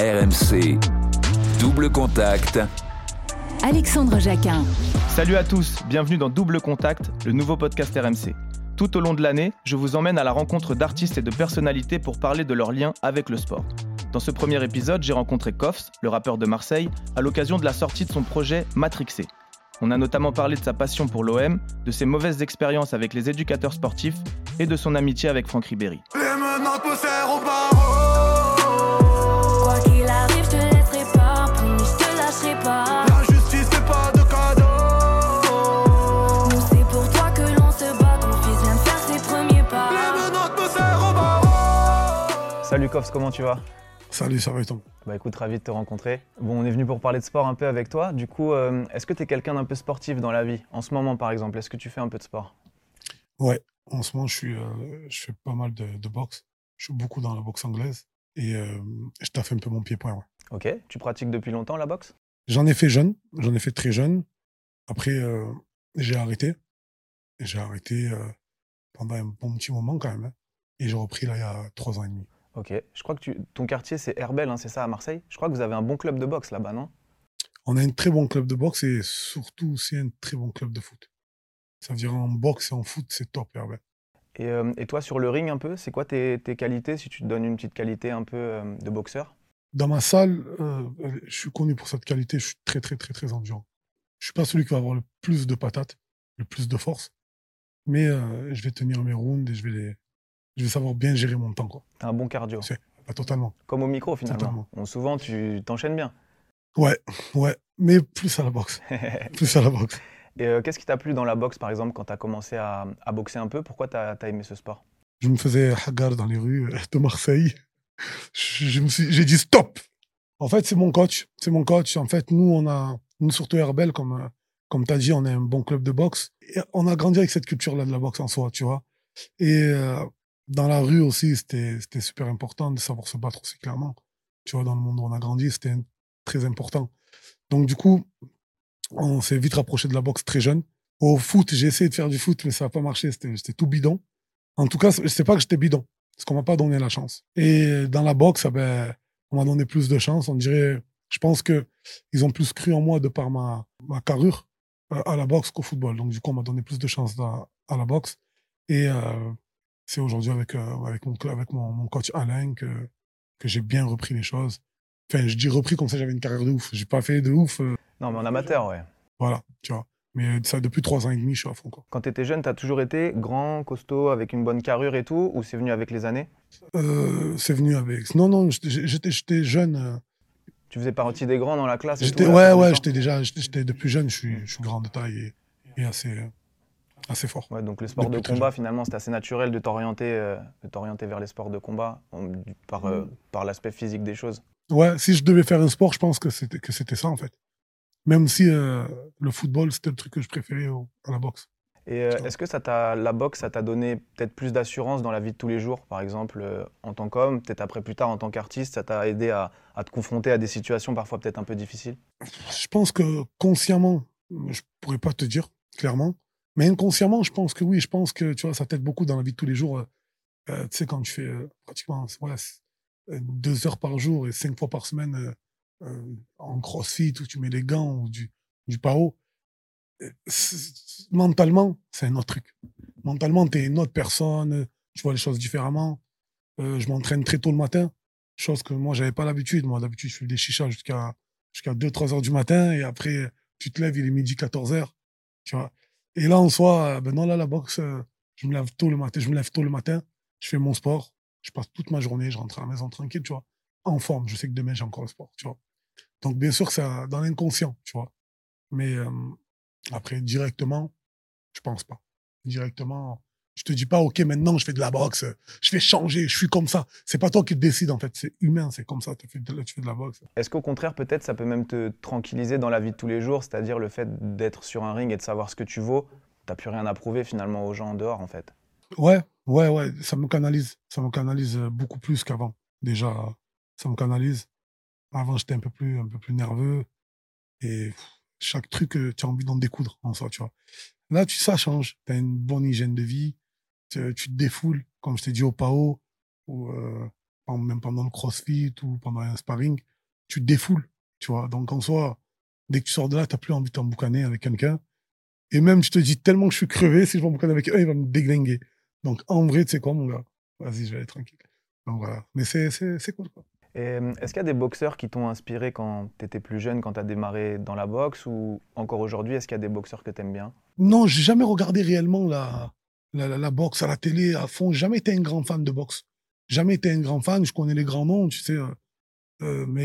RMC, Double Contact. Alexandre Jacquin. Salut à tous, bienvenue dans Double Contact, le nouveau podcast RMC. Tout au long de l'année, je vous emmène à la rencontre d'artistes et de personnalités pour parler de leurs liens avec le sport. Dans ce premier épisode, j'ai rencontré Koffs, le rappeur de Marseille, à l'occasion de la sortie de son projet Matrixé. On a notamment parlé de sa passion pour l'OM, de ses mauvaises expériences avec les éducateurs sportifs et de son amitié avec Franck Ribéry. Quoi qu'il arrive, je te laisserai pas, promis, je te lâcherai pas. La justice c'est pas de cadeau. Nous c'est pour toi que l'on se bat, ton fils vient de faire ses premiers pas. Les menottes me serrent au barreau. Salut Koffs, comment tu vas ? Salut, ça va et toi ? Bah écoute, ravi de te rencontrer. Bon, on est venu pour parler de sport un peu avec toi. Du coup, est-ce que tu es quelqu'un d'un peu sportif dans la vie ? En ce moment, par exemple, est-ce que tu fais un peu de sport ? Ouais, en ce moment, je fais pas mal de boxe. Je suis beaucoup dans la boxe anglaise et je taffe un peu mon pied-point. Ouais. Ok, tu pratiques depuis longtemps la boxe ? J'en ai fait jeune, j'en ai fait très jeune. Après, j'ai arrêté. J'ai arrêté pendant un bon petit moment quand même. Hein. Et j'ai repris là il y a 3 ans et demi. Ok, je crois que ton quartier c'est Herbel, hein, c'est ça à Marseille ? Je crois que vous avez un bon club de boxe là-bas, non ? On a un très bon club de boxe et surtout aussi un très bon club de foot. Ça veut dire en boxe et en foot, c'est top, Herbel. Et toi, sur le ring un peu, c'est quoi tes qualités, si tu te donnes une petite qualité un peu de boxeur ? Dans ma salle, je suis connu pour cette qualité, je suis très, très, très, très endurant. Je suis pas celui qui va avoir le plus de patates, le plus de force, mais je vais tenir mes rounds et je vais savoir bien gérer mon temps, quoi. T'as un bon cardio. Totalement. Comme au micro, finalement. Totalement. Bon, souvent, tu t'enchaînes bien. Ouais, mais plus à la boxe. Plus à la boxe. Et qu'est-ce qui t'a plu dans la boxe, par exemple, quand t'as commencé à boxer un peu ? Pourquoi t'as aimé ce sport ? Je me faisais hagar dans les rues de Marseille. J'ai dit stop. En fait, c'est mon coach. C'est mon coach. En fait, nous surtout Herbel, comme tu as dit, on est un bon club de boxe. Et on a grandi avec cette culture-là de la boxe en soi, tu vois. Et dans la rue aussi, c'était super important de savoir se battre aussi clairement. Tu vois, dans le monde où on a grandi, c'était très important. Donc, du coup, on s'est vite rapproché de la boxe très jeune. Au foot, j'ai essayé de faire du foot, mais ça n'a pas marché. J'étais tout bidon. En tout cas, je ne sais pas que j'étais bidon, parce qu'on ne m'a pas donné la chance. Et dans la boxe, on m'a donné plus de chance. On dirait, je pense qu'ils ont plus cru en moi de par ma carrure à la boxe qu'au football. Donc, du coup, on m'a donné plus de chance à la boxe. Et c'est aujourd'hui avec mon coach Alain que j'ai bien repris les choses. Enfin, je dis repris comme ça, j'avais une carrière de ouf. J'ai pas fait de ouf. Non, mais en amateur, ouais. Voilà, tu vois. Mais ça, depuis 3 ans et demi, je suis à fond, quoi. Quand t'étais jeune, t'as toujours été grand, costaud, avec une bonne carrure et tout, ou c'est venu avec les années ? C'est venu avec... Non, j'étais jeune. Tu faisais partie des grands dans la classe ? J'étais depuis jeune, je suis grand de taille et assez fort. Ouais, donc le sport de combat, finalement, c'est assez naturel de t'orienter vers les sports de combat par l'aspect physique des choses. Ouais, si je devais faire un sport, je pense que c'était ça, en fait. Même si le football, c'était le truc que je préférais à la boxe. Et est-ce que la boxe, ça t'a donné peut-être plus d'assurance dans la vie de tous les jours ? Par exemple, en tant qu'homme, peut-être après plus tard en tant qu'artiste, ça t'a aidé à te confronter à des situations parfois peut-être un peu difficiles ? Je pense que consciemment, je pourrais pas te dire clairement, mais inconsciemment, je pense que oui. Je pense que tu vois, ça t'aide beaucoup dans la vie de tous les jours. Tu sais, quand tu fais pratiquement 2 heures par jour et 5 fois par semaine en crossfit où tu mets les gants ou du PAO, mentalement, c'est un autre truc. Mentalement, tu es une autre personne, tu vois les choses différemment. Je m'entraîne très tôt le matin, chose que moi, j'avais pas l'habitude. Moi, d'habitude, je fais des chichas jusqu'à 2-3 heures du matin et après, tu te lèves, il est midi 14 heures. Tu vois. Et là, en soi, non, là, la boxe, je me lève tôt le matin, je fais mon sport, je passe toute ma journée, je rentre à la maison tranquille, tu vois, en forme. Je sais que demain, j'ai encore le sport, tu vois. Donc, bien sûr que c'est dans l'inconscient, tu vois. Mais après, directement, je pense pas. Directement, je te dis pas, OK, maintenant, je fais de la boxe, je vais changer, je suis comme ça. C'est pas toi qui décides, en fait. C'est humain, c'est comme ça, tu fais de la boxe. Est-ce qu'au contraire, peut-être, ça peut même te tranquilliser dans la vie de tous les jours, c'est-à-dire le fait d'être sur un ring et de savoir ce que tu vaux, t'as plus rien à prouver finalement aux gens en dehors, en fait. Ouais, ça me canalise. Ça me canalise beaucoup plus qu'avant. Déjà, ça me canalise. Avant, j'étais un peu plus nerveux. Et chaque truc, tu as envie d'en découdre en soi, tu vois. Là, ça change. Tu as une bonne hygiène de vie. Tu te défoules, comme je t'ai dit, au PAO. Ou, même pendant le crossfit ou pendant un sparring, tu te défoules, tu vois. Donc, en soi, dès que tu sors de là, tu n'as plus envie de t'emboucaner avec quelqu'un. Et même, je te dis tellement que je suis crevé, si je m'emboucane avec eux, il va me déglinguer. Donc, en vrai, tu sais quoi, mon gars? Vas-y, je vais aller tranquille. Donc, voilà. Mais c'est cool, quoi. Et est-ce qu'il y a des boxeurs qui t'ont inspiré quand tu étais plus jeune, quand tu as démarré dans la boxe, ou encore aujourd'hui, est-ce qu'il y a des boxeurs que tu aimes bien? Non, j'ai jamais regardé réellement la boxe à la télé à fond. J'ai jamais été un grand fan de boxe. Jamais été un grand fan. Je connais les grands noms, tu sais, mais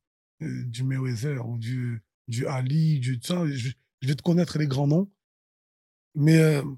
du Mayweather ou du Ali, ça, je vais te connaître les grands noms. Mais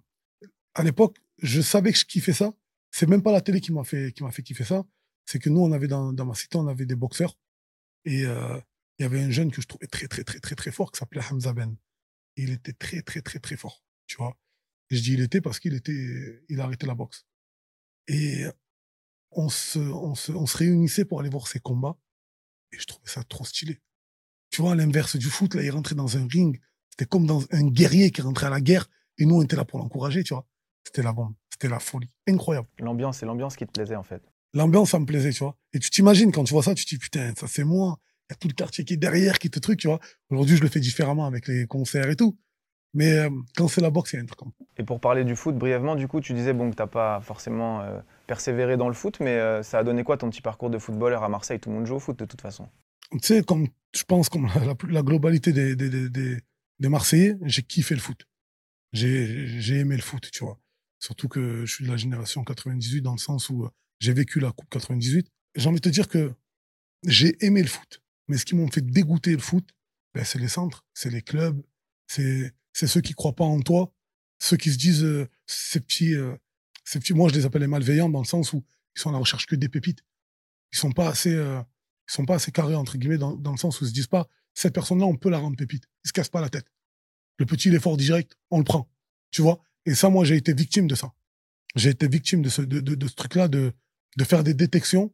à l'époque, je savais que je kiffais ça. C'est même pas la télé qui m'a fait kiffer ça. C'est que nous, on avait dans ma cité, on avait des boxeurs. Et il y avait un jeune que je trouvais très, très, très, très, très fort qui s'appelait Hamza Ben. Et il était très, très, très, très fort, tu vois. Et je dis il était parce il a arrêté la boxe. Et on se réunissait pour aller voir ses combats. Et je trouvais ça trop stylé. Tu vois, à l'inverse du foot, là, il rentrait dans un ring. C'était comme dans un guerrier qui rentrait à la guerre. Et nous, on était là pour l'encourager, tu vois. C'était la bombe. C'était la folie. Incroyable. C'est l'ambiance qui te plaisait, en fait. L'ambiance, ça me plaisait, tu vois. Et tu t'imagines, quand tu vois ça, tu te dis, putain, ça c'est moi. Il y a tout le quartier qui est derrière, qui te truc, tu vois. Aujourd'hui, je le fais différemment avec les concerts et tout. Mais quand c'est la boxe, il y a un truc comme ça. Et pour parler du foot, brièvement, du coup, tu disais bon, que tu n'as pas forcément persévéré dans le foot, mais ça a donné quoi ton petit parcours de footballeur à Marseille? Tout le monde joue au foot, de toute façon. Tu sais, je pense, comme la globalité des Marseillais, j'ai kiffé le foot. J'ai aimé le foot, tu vois. Surtout que je suis de la génération 98, dans le sens où j'ai vécu la Coupe 98. J'ai envie de te dire que j'ai aimé le foot. Mais ce qui m'ont fait dégoûter le foot, ben, c'est les centres, c'est les clubs, c'est ceux qui croient pas en toi, ceux qui se disent, ces petits, moi je les appelle les malveillants, dans le sens où ils sont à la recherche que des pépites. Ils sont pas assez carrés, entre guillemets, dans le sens où ils se disent pas, cette personne-là, on peut la rendre pépite. Ils se cassent pas la tête. Le petit, il est fort direct, on le prend. Tu vois? Et ça, moi, j'ai été victime de ça. J'ai été victime de ce truc-là, de faire des détections,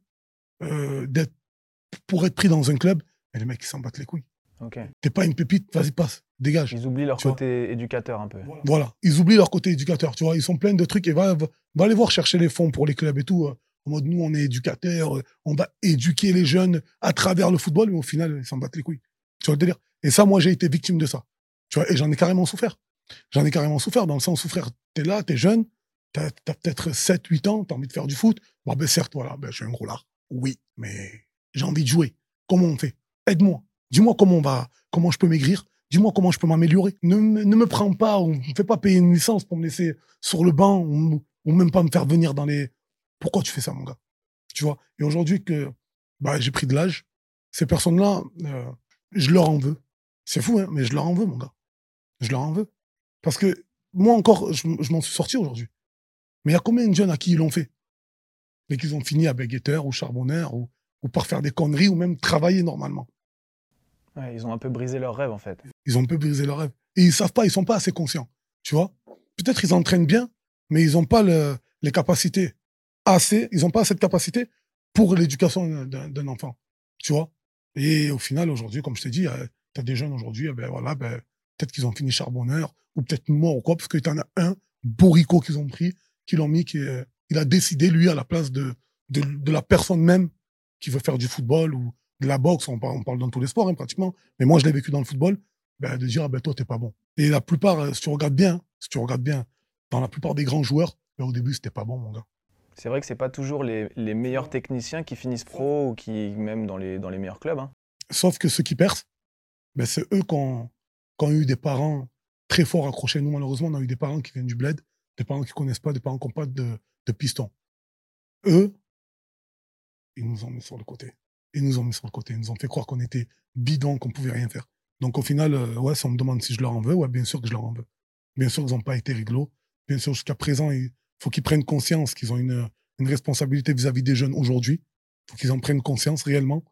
pour être pris dans un club. Et les mecs, ils s'en battent les couilles. Okay. T'es pas une pépite, vas-y, passe, dégage. Ils oublient leur côté éducateur un peu. Voilà, ils oublient leur côté éducateur, tu vois. Ils sont pleins de trucs et va aller voir chercher les fonds pour les clubs et tout. En mode, nous, on est éducateurs, on va éduquer les jeunes à travers le football, mais au final, ils s'en battent les couilles. Tu vois le délire? Et ça, moi, j'ai été victime de ça. Tu vois, et j'en ai carrément souffert. J'en ai carrément souffert dans le sens où, frère, t'es là, t'es jeune, t'as peut-être 7, 8 ans, t'as envie de faire du foot. Bon, ben certes, voilà, ben, je suis un gros lard. Oui, mais j'ai envie de jouer. Comment on fait? Aide-moi. Dis-moi comment je peux maigrir. Dis-moi comment je peux m'améliorer. Ne me prends pas, ou ne me fais pas payer une licence pour me laisser sur le banc, ou même pas me faire venir dans les... Pourquoi tu fais ça, mon gars? Tu vois? Et aujourd'hui que j'ai pris de l'âge, ces personnes-là, je leur en veux. C'est fou, hein, mais je leur en veux, mon gars. Je leur en veux. Parce que moi encore, je m'en suis sorti aujourd'hui. Mais il y a combien de jeunes à qui ils l'ont fait? Et qu'ils ont fini à baguetteur ou charbonneur ou par faire des conneries ou même travailler normalement. Ouais, ils ont un peu brisé leur rêve, en fait. Ils ont un peu brisé leur rêve. Et ils savent pas, ils sont pas assez conscients. Tu vois? Peut-être ils entraînent bien, mais ils ont pas les capacités ils ont pas cette capacité pour l'éducation d'un enfant. Tu vois? Et au final, aujourd'hui, comme je t'ai dit, t'as des jeunes aujourd'hui, peut-être qu'ils ont fini charbonneur, ou peut-être mort ou quoi, parce que t'en as un, Borico qu'ils ont pris, qui l'ont mis, il a décidé, lui, à la place de la personne même qui veut faire du football ou de la boxe, on parle dans tous les sports, hein, pratiquement. Mais moi, je l'ai vécu dans le football, de dire, toi, t'es pas bon. Et la plupart, si tu regardes bien, dans la plupart des grands joueurs, au début, c'était pas bon, mon gars. C'est vrai que c'est pas toujours les meilleurs techniciens qui finissent pro ou qui, même dans les meilleurs clubs. Hein. Sauf que ceux qui percent, c'est eux qui ont eu des parents très forts accrochés. Nous, malheureusement, on a eu des parents qui viennent du bled, des parents qui connaissent pas, des parents qui n'ont pas de piston. Eux, ils nous ont mis sur le côté. Ils nous ont fait croire qu'on était bidons, qu'on pouvait rien faire. Donc au final, si on me demande si je leur en veux, bien sûr que je leur en veux. Bien sûr qu'ils n'ont pas été réglo. Bien sûr, jusqu'à présent, il faut qu'ils prennent conscience qu'ils ont une responsabilité vis-à-vis des jeunes aujourd'hui. Il faut qu'ils en prennent conscience réellement.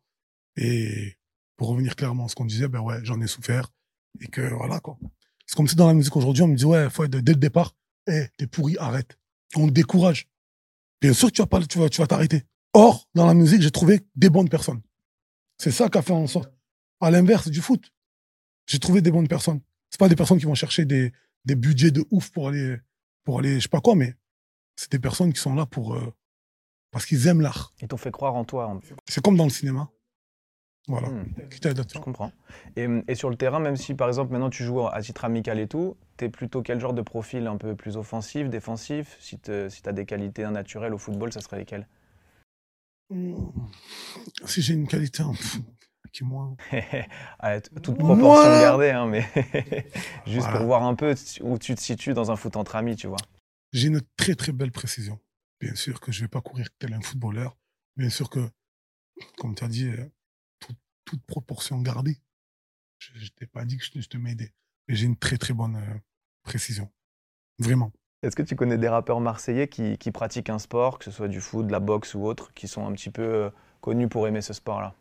Et pour revenir clairement à ce qu'on disait, j'en ai souffert. Et que voilà, quoi. C'est comme si dans la musique aujourd'hui, on me dit, faut être dès le départ, t'es pourri, arrête. On te décourage. Bien sûr que tu vas t'arrêter. Or, dans la musique, j'ai trouvé des bonnes personnes. C'est ça qui a fait en sorte. À l'inverse du foot, j'ai trouvé des bonnes personnes. C'est pas des personnes qui vont chercher des budgets de ouf pour aller, je sais pas quoi, mais c'est des personnes qui sont là pour Parce qu'ils aiment l'art. Ils t'ont fait croire en toi. C'est comme dans le cinéma. Voilà. Qui t'aide à Je toi. comprends. Et sur le terrain, même si par exemple maintenant tu joues à titre amical et tout, t'es plutôt quel genre de profil? Un peu plus offensif, défensif? Si t'as des qualités naturelles au football, ça serait lesquelles? Si j'ai une qualité, qui moi. Toute Moi proportion gardée, hein, mais juste Voilà. pour voir un peu où tu te situes dans un foot entre amis, tu vois. J'ai une très très belle précision. Bien sûr que je vais pas courir tel un footballeur. Bien sûr que, comme tu as dit, toute proportion gardée. Je t'ai pas dit que je te m'aidais. Mais j'ai une très très bonne précision. Vraiment. Est-ce que tu connais des rappeurs marseillais qui pratiquent un sport, que ce soit du foot, de la boxe ou autre, qui sont un petit peu connus pour aimer ce sport-là?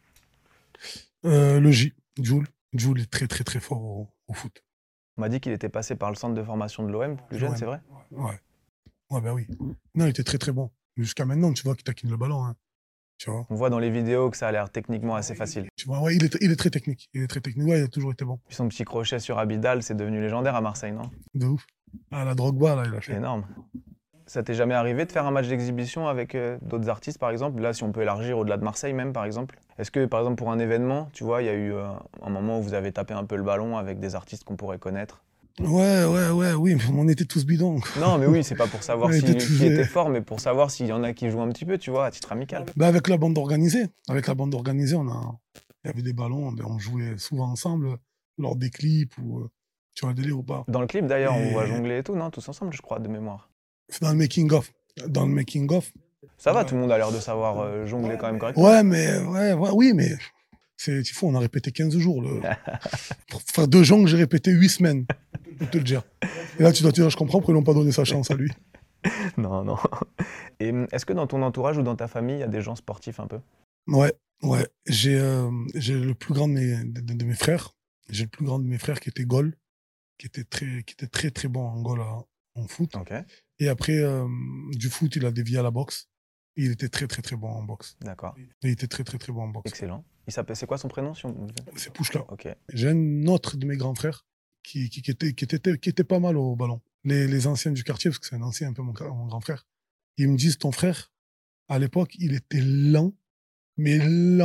Le J, Jules. Jules est très très très fort au foot. On m'a dit qu'il était passé par le centre de formation de l'OM, plus jeune, Ouais. c'est vrai? Ouais. Ouais, bah oui. Non, il était très très bon. Mais jusqu'à maintenant, tu vois qu'il taquine le ballon. Hein. Tu vois, On voit dans les vidéos que ça a l'air techniquement assez facile. tu vois, ouais, il est très technique. Il est très technique. Ouais, il a toujours été bon. Puis son petit crochet sur Abidal, c'est devenu légendaire à Marseille, non? De ouf. Ah, la Drogba, là, il a C'est fait. énorme. Ça t'est jamais arrivé de faire un match d'exhibition avec d'autres artistes, par exemple? Là, si on peut élargir au-delà de Marseille même, par exemple. Est-ce que, par exemple, pour un événement, tu vois, il y a eu un moment où vous avez tapé un peu le ballon avec des artistes qu'on pourrait connaître? Ouais, oui, mais on était tous bidons. Non, mais oui, c'est pas pour savoir Ouais, qui était fort, mais pour savoir s'il y en a qui jouent un petit peu, tu vois, à titre amical. Bah, avec la bande organisée, il y avait des ballons, ben, on jouait souvent ensemble lors des clips ou tu vois, délire ou pas. Dans le clip, d'ailleurs, on Et- voit jongler et tout, non? Tous ensemble, je crois, de mémoire. C'est dans le making of. Dans le making of. Ça va, Ouais. tout le monde a l'air de savoir jongler quand même correctement. Ouais, mais oui, mais c'est il faut on a répété 15 jours pour faire 2 jongles, j'ai répété 8 semaines. Pour te le dire. Et là tu dois te dire je comprends pourquoi ils n'ont pas donné sa chance à lui. Non, non. Et est-ce que dans ton entourage ou dans ta famille, il y a des gens sportifs un peu? Ouais. J'ai le plus grand de mes frères. J'ai le plus grand de mes frères qui était goal, qui était très très bon en goal en foot. Ok, Et après, du foot, il a dévié à la boxe. Et il était très très très bon en boxe. d'accord. Et il était très très très bon en boxe. Excellent. C'est quoi son prénom si on... C'est Pouchla. Ok. J'ai un autre de mes grands frères qui était pas mal au ballon. Les anciens du quartier, parce que c'est un ancien un peu mon grand frère, ils me disent ton frère, à l'époque, il était lent, mais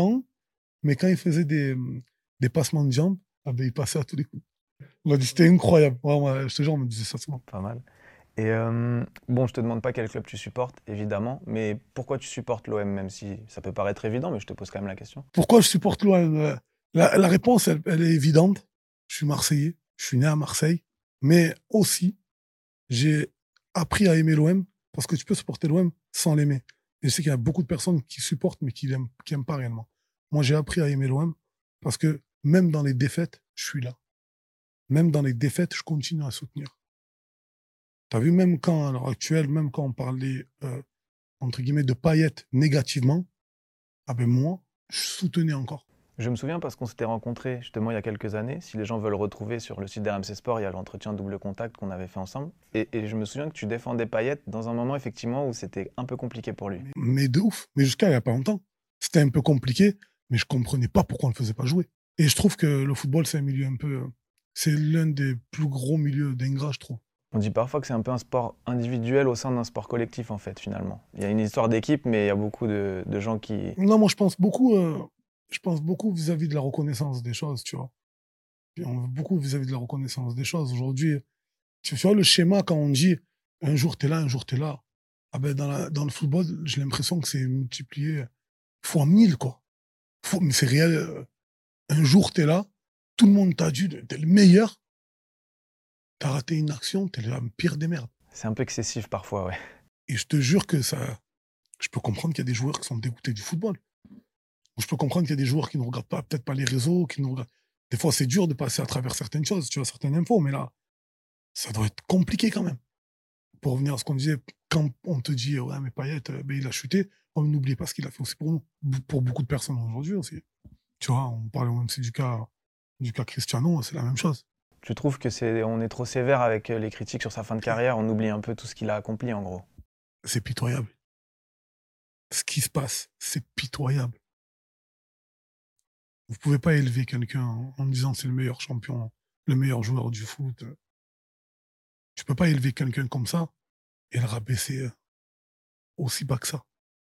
quand il faisait des passements de jambes, ah ben, il passait à tous les coups. On m'a dit c'était incroyable. Ouais, je te jure, on me disait ça souvent. Pas mal. Et bon, je te demande pas quel club tu supportes, évidemment, mais pourquoi tu supportes l'OM, même si ça peut paraître évident, mais je te pose quand même la question. Pourquoi je supporte l'OM? La réponse, elle est évidente. Je suis Marseillais, je suis né à Marseille, mais aussi, j'ai appris à aimer l'OM parce que tu peux supporter l'OM sans l'aimer. Et je sais qu'il y a beaucoup de personnes qui supportent mais qui aiment pas réellement. Moi, j'ai appris à aimer l'OM parce que même dans les défaites, je suis là. Même dans les défaites, je continue à soutenir. T'as vu, même quand, à l'heure actuelle, même quand on parlait, entre guillemets, de paillettes négativement, ah ben moi, je soutenais encore. Je me souviens parce qu'on s'était rencontrés justement il y a quelques années. Si les gens veulent retrouver sur le site d'RMC Sport, il y a l'entretien double contact qu'on avait fait ensemble. Et je me souviens que tu défendais Payet dans un moment effectivement où c'était un peu compliqué pour lui. Mais de ouf. Mais jusqu'à il n'y a pas longtemps. C'était un peu compliqué, mais je comprenais pas pourquoi on ne le faisait pas jouer. Et je trouve que le football, c'est un milieu un peu... C'est l'un des plus gros milieux d'ingrats, je trouve. On dit parfois que c'est un peu un sport individuel au sein d'un sport collectif en fait finalement. Il y a une histoire d'équipe mais il y a beaucoup de gens qui... Non, moi, je pense beaucoup vis-à-vis de la reconnaissance des choses, tu vois. Beaucoup vis-à-vis de la reconnaissance des choses. Aujourd'hui, tu vois le schéma quand on dit un jour t'es là, un jour t'es là. Ah ben, dans le football, j'ai l'impression que c'est multiplié fois 1000, quoi. Mais c'est réel. Un jour t'es là, tout le monde t'a dit, t'es le meilleur. T'as raté une action, t'es la pire des merdes. C'est un peu excessif parfois, ouais. Et je te jure que ça... Je peux comprendre qu'il y a des joueurs qui sont dégoûtés du football. Je peux comprendre qu'il y a des joueurs qui ne regardent pas, peut-être pas les réseaux, qui nous regardent... Des fois, c'est dur de passer à travers certaines choses, tu vois, certaines infos, mais là, ça doit être compliqué quand même. Pour revenir à ce qu'on disait, quand on te dit, ouais, mais Payet, ben, il a chuté, on n'oublie pas ce qu'il a fait aussi pour nous. Pour beaucoup de personnes aujourd'hui aussi. Tu vois, on parle même aussi du cas Cristiano, c'est la même chose. Tu trouves que on est trop sévère avec les critiques sur sa fin de carrière, on oublie un peu tout ce qu'il a accompli en gros. C'est pitoyable. Ce qui se passe, c'est pitoyable. Vous pouvez pas élever quelqu'un en disant c'est le meilleur champion, le meilleur joueur du foot. Tu peux pas élever quelqu'un comme ça et le rabaisser aussi bas que ça.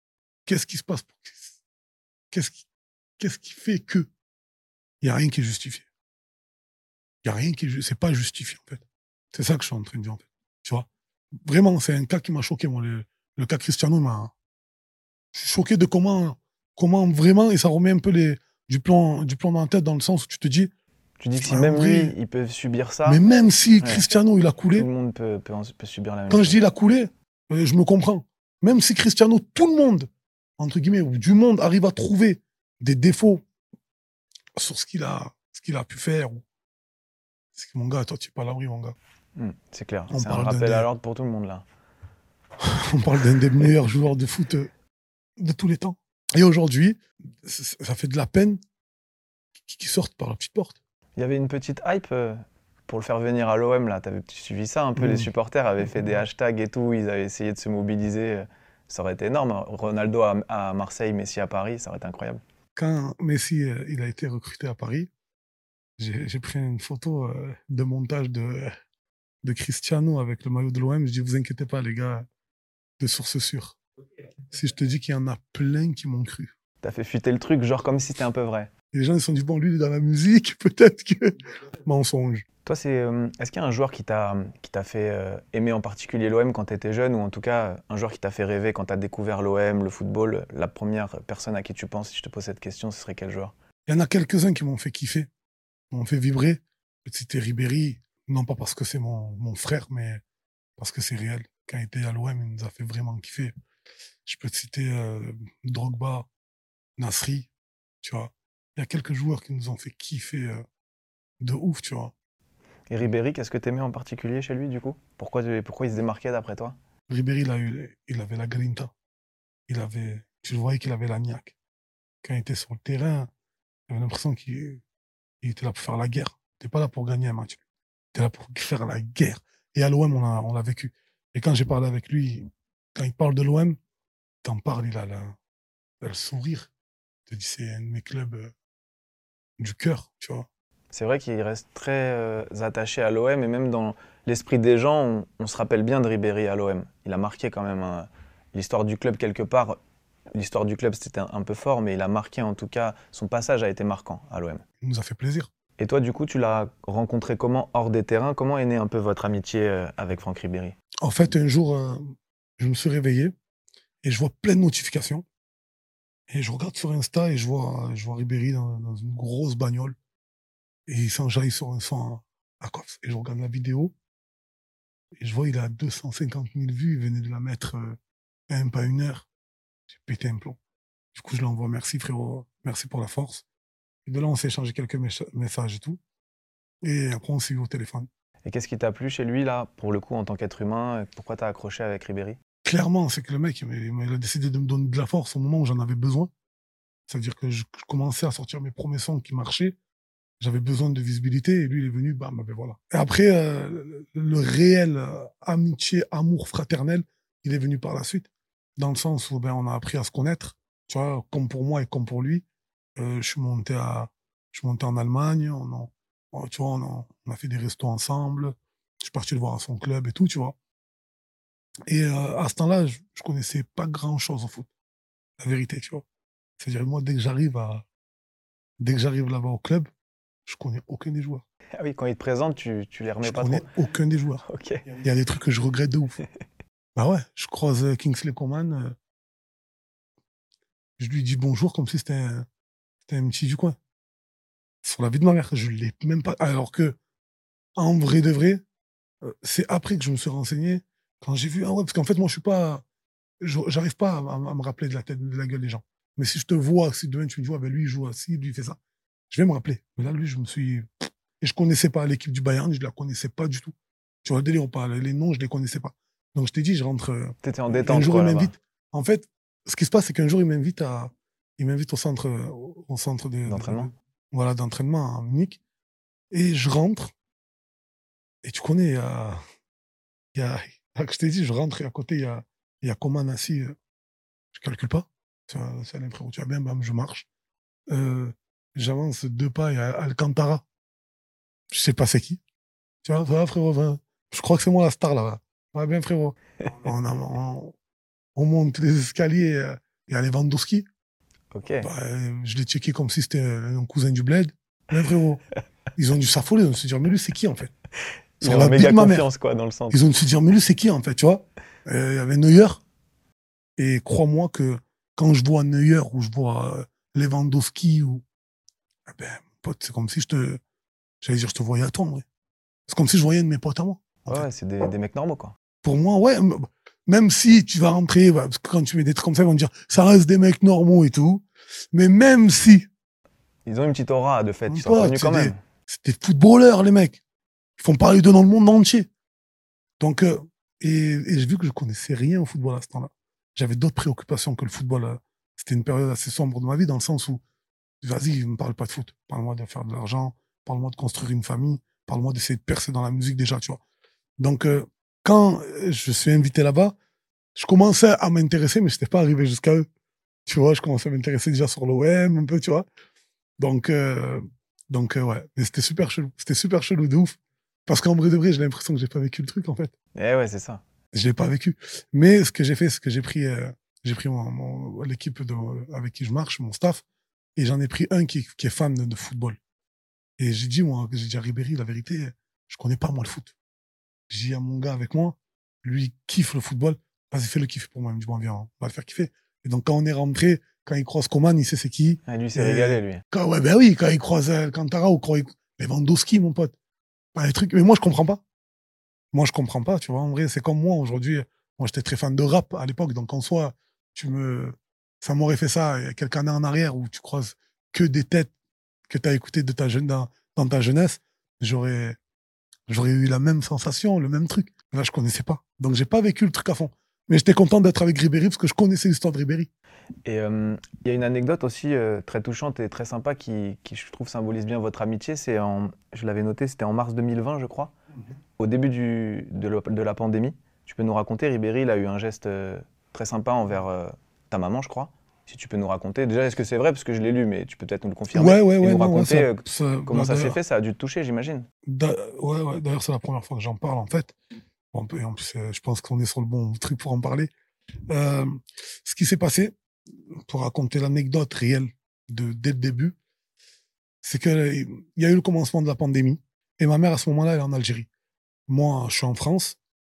qu'est-ce qui se passe? Qu'est-ce qui fait que? Il n'y a rien qui est justifié. Il n'y a rien qui est... C'est pas justifié, en fait. C'est ça que je suis en train de dire, en fait. Tu vois? Vraiment, c'est un cas qui m'a choqué, moi. Le cas Cristiano m'a... Je suis choqué de comment vraiment, et ça remet un peu du plomb dans la tête, dans le sens où tu te dis... Tu dis que si même lui, il peut subir ça... Mais même si Cristiano, il a coulé... Tout le monde peut subir la même Quand chose. je dis il a coulé, je me comprends. Même si Cristiano, tout le monde, entre guillemets, ou du monde, arrive à trouver des défauts sur ce qu'il a pu faire. C'est que mon gars, toi, tu n'es pas à l'abri, mon gars. C'est clair. On C'est un parle rappel à l'ordre pour tout le monde, là. On parle d'un des meilleurs joueurs de foot de tous les temps. Et aujourd'hui, ça fait de la peine qu'il sorte par la petite porte. Il y avait une petite hype pour le faire venir à l'OM, là. Tu avais suivi ça un peu, les supporters avaient fait des hashtags et tout, ils avaient essayé de se mobiliser. Ça aurait été énorme. Ronaldo à Marseille, Messi à Paris, ça aurait été incroyable. Quand Messi il a été recruté à Paris, j'ai pris une photo de montage de Cristiano avec le maillot de l'OM. Je dis, vous inquiétez pas, les gars, de source sûre. Si je te dis qu'il y en a plein qui m'ont cru. T'as fait fuiter le truc, genre comme si c'était un peu vrai. Et les gens ils se sont dit, bon, lui, il est dans la musique, peut-être que... Mensonge. Toi, est-ce qu'il y a un joueur qui t'a fait aimer en particulier l'OM quand tu étais jeune, ou en tout cas un joueur qui t'a fait rêver quand tu as découvert l'OM, le football? La première personne à qui tu penses, si je te pose cette question, ce serait quel joueur? Il y en a quelques-uns qui m'ont fait kiffer, m'ont fait vibrer. C'était Ribéry, non pas parce que c'est mon frère, mais parce que c'est réel. Quand il était à l'OM, il nous a fait vraiment kiffer. Je peux te citer Drogba, Nasri, tu vois. Il y a quelques joueurs qui nous ont fait kiffer de ouf, tu vois. Et Ribéry, qu'est-ce que tu aimais en particulier chez lui, du coup? Pourquoi il se démarquait d'après toi? Ribéry, il avait la grinta. Tu le voyais qu'il avait la niaque. Quand il était sur le terrain, j'avais l'impression qu'il était là pour faire la guerre. Il n'était pas là pour gagner un match. Il était là pour faire la guerre. Et à l'OM, on l'a vécu. Et quand j'ai parlé avec lui, quand il parle de l'OM, t'en parles, il a le sourire. Il te dit, c'est un de mes clubs du cœur, tu vois. C'est vrai qu'il reste très attaché à l'OM, et même dans l'esprit des gens, on se rappelle bien de Ribéry à l'OM. Il a marqué quand même l'histoire du club quelque part. L'histoire du club, c'était un peu fort, mais il a marqué en tout cas, son passage a été marquant à l'OM. Il nous a fait plaisir. Et toi, du coup, tu l'as rencontré comment hors des terrains? Comment est née un peu votre amitié avec Franck Ribéry? En fait, un jour, je me suis réveillé et je vois plein de notifications. Et je regarde sur Insta et je vois Ribéry dans une grosse bagnole. Et il s'enjaille sur un son à Cops. Et je regarde la vidéo. Et je vois, il a 250 000 vues. Il venait de la mettre même pas une heure. J'ai pété un plomb. Du coup, je l'envoie. Merci, frérot. Merci pour la force. Et de là, on s'est échangé quelques messages et tout. Et après, on s'est vu au téléphone. Et qu'est-ce qui t'a plu chez lui, là, pour le coup, en tant qu'être humain? Pourquoi t'as accroché avec Ribéry? Clairement, c'est que le mec, il a décidé de me donner de la force au moment où j'en avais besoin. C'est-à-dire que je commençais à sortir mes premiers sons qui marchaient. J'avais besoin de visibilité et lui, il est venu, bam, ben voilà. Et après, le réel amitié, amour fraternel, il est venu par la suite. Dans le sens où on a appris à se connaître, tu vois, comme pour moi et comme pour lui. Je suis monté en Allemagne, tu vois, on a fait des restos ensemble. Je suis parti le voir à son club et tout, tu vois. Et à ce temps-là, je connaissais pas grand-chose au foot. La vérité, tu vois. C'est-à-dire, moi, dès que j'arrive là-bas au club, je connais aucun des joueurs. Ah oui, quand ils te présentent, tu les remets pas trop. Je connais aucun des joueurs. Ok. Il y a des trucs que je regrette de ouf. Bah ouais, je croise Kingsley Coman. Je lui dis bonjour comme si c'était un petit du coin. Sur la vie de ma mère, je l'ai même pas. Alors que, en vrai de vrai, c'est après que je me suis renseigné. Quand j'ai vu, parce qu'en fait, moi, j'arrive pas à me rappeler de la gueule des gens. Mais si je te vois, si demain tu me dis, lui, il joue assis, lui, il fait ça, je vais me rappeler. Mais là, lui, et je connaissais pas l'équipe du Bayern, je la connaissais pas du tout. Tu vois, le délire, on parle, les noms, je les connaissais pas. Donc, je t'ai dit, je rentre. T'étais en détente, un jour, quoi, il là-bas. m'invite. En fait, ce qui se passe, c'est qu'un jour, il m'invite au centre D'entraînement. Voilà, d'entraînement à Munich. Et je rentre. Et tu connais, je t'ai dit, je rentre et à côté, il y a Coman assis. Je calcule pas. C'est un frérot, tu vas bien, bam, je marche. J'avance 2 pas, il y a Alcantara. Je sais pas c'est qui. Tu vois, ça va, frérot, je crois que c'est moi la star là-bas. Ouais, bien, frérot. On monte les escaliers. Il y a Lewandowski. Ok. Je l'ai checké comme si c'était un cousin du bled. Mais frérot, ils ont dû s'affoler, ils ont dû se dire, mais lui, c'est qui, en fait? Ils ont méga confiance, quoi, dans le centre. Ils ont dû se dire, mais lui, c'est qui, en fait, tu vois? Il y avait Neuer. Et crois-moi que quand je vois Neuer ou je vois Lewandowski ou... Eh ben, mon pote, c'est comme si j'allais dire, je te voyais à toi, en vrai. C'est comme si je voyais un de mes potes à moi. Ouais, c'est des mecs normaux, quoi. Pour moi, ouais, même si tu vas rentrer, parce que quand tu mets des trucs comme ça, ils vont te dire, ça reste des mecs normaux et tout. Mais même si... Ils ont une petite aura, de fait. Ils sont Ouais, connus quand même. c'est des footballeurs, les mecs. Ils font parler d'eux dans le monde entier. Donc, et j'ai vu que je connaissais rien au football à ce temps-là. J'avais d'autres préoccupations que le football. C'était une période assez sombre de ma vie, dans le sens où, vas-y, ne me parle pas de foot. Parle-moi de faire de l'argent. Parle-moi de construire une famille. Parle-moi d'essayer de percer dans la musique déjà, tu vois. Donc, quand je suis invité là-bas, je commençais à m'intéresser, mais je n'étais pas arrivé jusqu'à eux. Tu vois, je commençais à m'intéresser déjà sur l'OM, un peu, tu vois. Donc ouais, mais c'était super chelou. C'était super chelou de ouf. Parce qu'en vrai de vrai, j'ai l'impression que j'ai pas vécu le truc, en fait. Eh ouais, c'est ça. Je l'ai pas vécu. Mais ce que j'ai fait, c'est que j'ai pris l'équipe avec qui je marche, mon staff, et j'en ai pris un qui est fan de football. Et j'ai dit à Ribéry, la vérité, je connais pas, moi, le foot. J'ai dit à mon gars avec moi, lui kiffe le football, vas-y, fais le kiff pour moi. Il me dit, bon, viens, on va le faire kiffer. Et donc, quand on est rentré, quand il croise Coman, il sait c'est qui. Ah, lui, s'est régalé, lui. Quand il croise Cantara ou Lewandowski, mon pote. Les trucs, mais moi, je comprends pas. Moi, je comprends pas, tu vois. En vrai, c'est comme moi, aujourd'hui. Moi, j'étais très fan de rap à l'époque. Donc, en soi, ça m'aurait fait ça il y a quelques années en arrière où tu croises que des têtes que tu as écoutées dans ta jeunesse. J'aurais eu la même sensation, le même truc. Là, je connaissais pas. Donc, j'ai pas vécu le truc à fond. Mais j'étais content d'être avec Ribéry parce que je connaissais l'histoire de Ribéry. Et il y a une anecdote aussi très touchante et très sympa qui, je trouve, symbolise bien votre amitié. Je l'avais noté, c'était en mars 2020, je crois, au début de la pandémie. Tu peux nous raconter, Ribéry, il a eu un geste très sympa envers ta maman, je crois. Si tu peux nous raconter. Déjà, est-ce que c'est vrai? Parce que je l'ai lu, mais tu peux peut-être nous le confirmer. Ouais. Nous raconter comment ça s'est d'ailleurs, fait, ça a dû te toucher, j'imagine. Ouais, d'ailleurs, c'est la première fois que j'en parle, en fait. Bon, et en plus, je pense qu'on est sur le bon truc pour en parler. Ce qui s'est passé, pour raconter l'anecdote réelle dès le début, c'est qu'il y a eu le commencement de la pandémie et ma mère, à ce moment-là, elle est en Algérie. Moi, je suis en France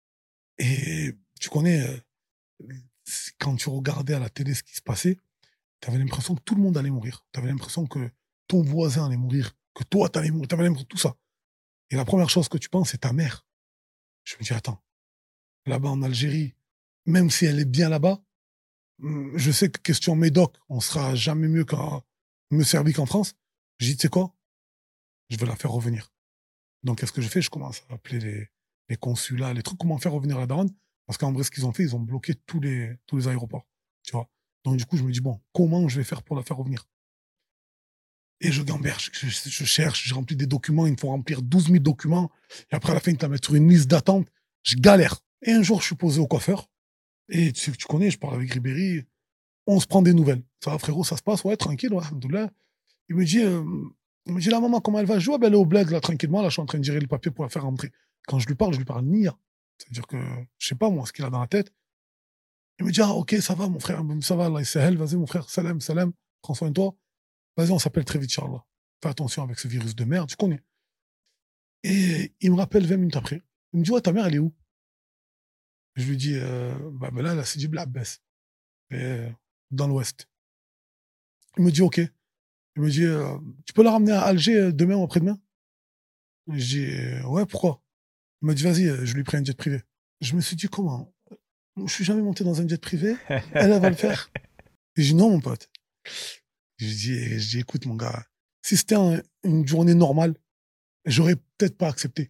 et tu connais, quand tu regardais à la télé ce qui se passait, tu avais l'impression que tout le monde allait mourir. Tu avais l'impression que ton voisin allait mourir, que toi, tu allais mourir. Tu avais l'impression de tout ça. Et la première chose que tu penses, c'est ta mère. Je me dis, attends, là-bas en Algérie, même si elle est bien là-bas, je sais que question médoc, on sera jamais mieux mieux servi qu'en France. Je dis, tu sais quoi? Je veux la faire revenir. Donc, qu'est-ce que je fais? Je commence à appeler les consulats, les trucs, comment faire revenir la daronne. Parce qu'en vrai, ce qu'ils ont fait, ils ont bloqué tous les aéroports. Tu vois? Donc, du coup, je me dis, bon, comment je vais faire pour la faire revenir? Et je gamberge, je cherche, je remplis des documents, il me faut remplir 12 000 documents. Et après, à la fin, ils te mettent sur une liste d'attente. Je galère. Et un jour, je suis posé au coiffeur. Et tu connais, je parle avec Ribéry. On se prend des nouvelles. Ça va, frérot, ça se passe? Ouais, tranquille, ouais, alhamdoulilah. Il me dit, la maman, comment elle va? Je dis, ouais, ben, elle est au bled, là, tranquillement. Là, je suis en train de gérer le papier pour la faire rentrer. Quand je lui parle Nia. C'est-à-dire que, je sais pas, moi, ce qu'il a dans la tête. Il me dit, ah, ok, ça va, mon frère, ça va, là, c'est elle, vas-y, mon frère, salam, prends soin de toi. Vas-y, on s'appelle très vite, Inch'Allah. Fais attention avec ce virus de merde, tu connais. Et il me rappelle 20 minutes après. Il me dit, ouais, ta mère, elle est où? Je lui dis, ben là, elle a Sidi Blabès, dans l'Ouest. Il me dit, ok. Il me dit, tu peux la ramener à Alger demain ou après-demain? Je dis, ouais, pourquoi? Il me dit, vas-y, je lui prends un jet privé. Je me suis dit, comment? Je suis jamais monté dans un jet privé, elle va le faire. Et je dis, non, mon pote. Je dis, écoute, mon gars, si c'était une journée normale, j'aurais peut-être pas accepté.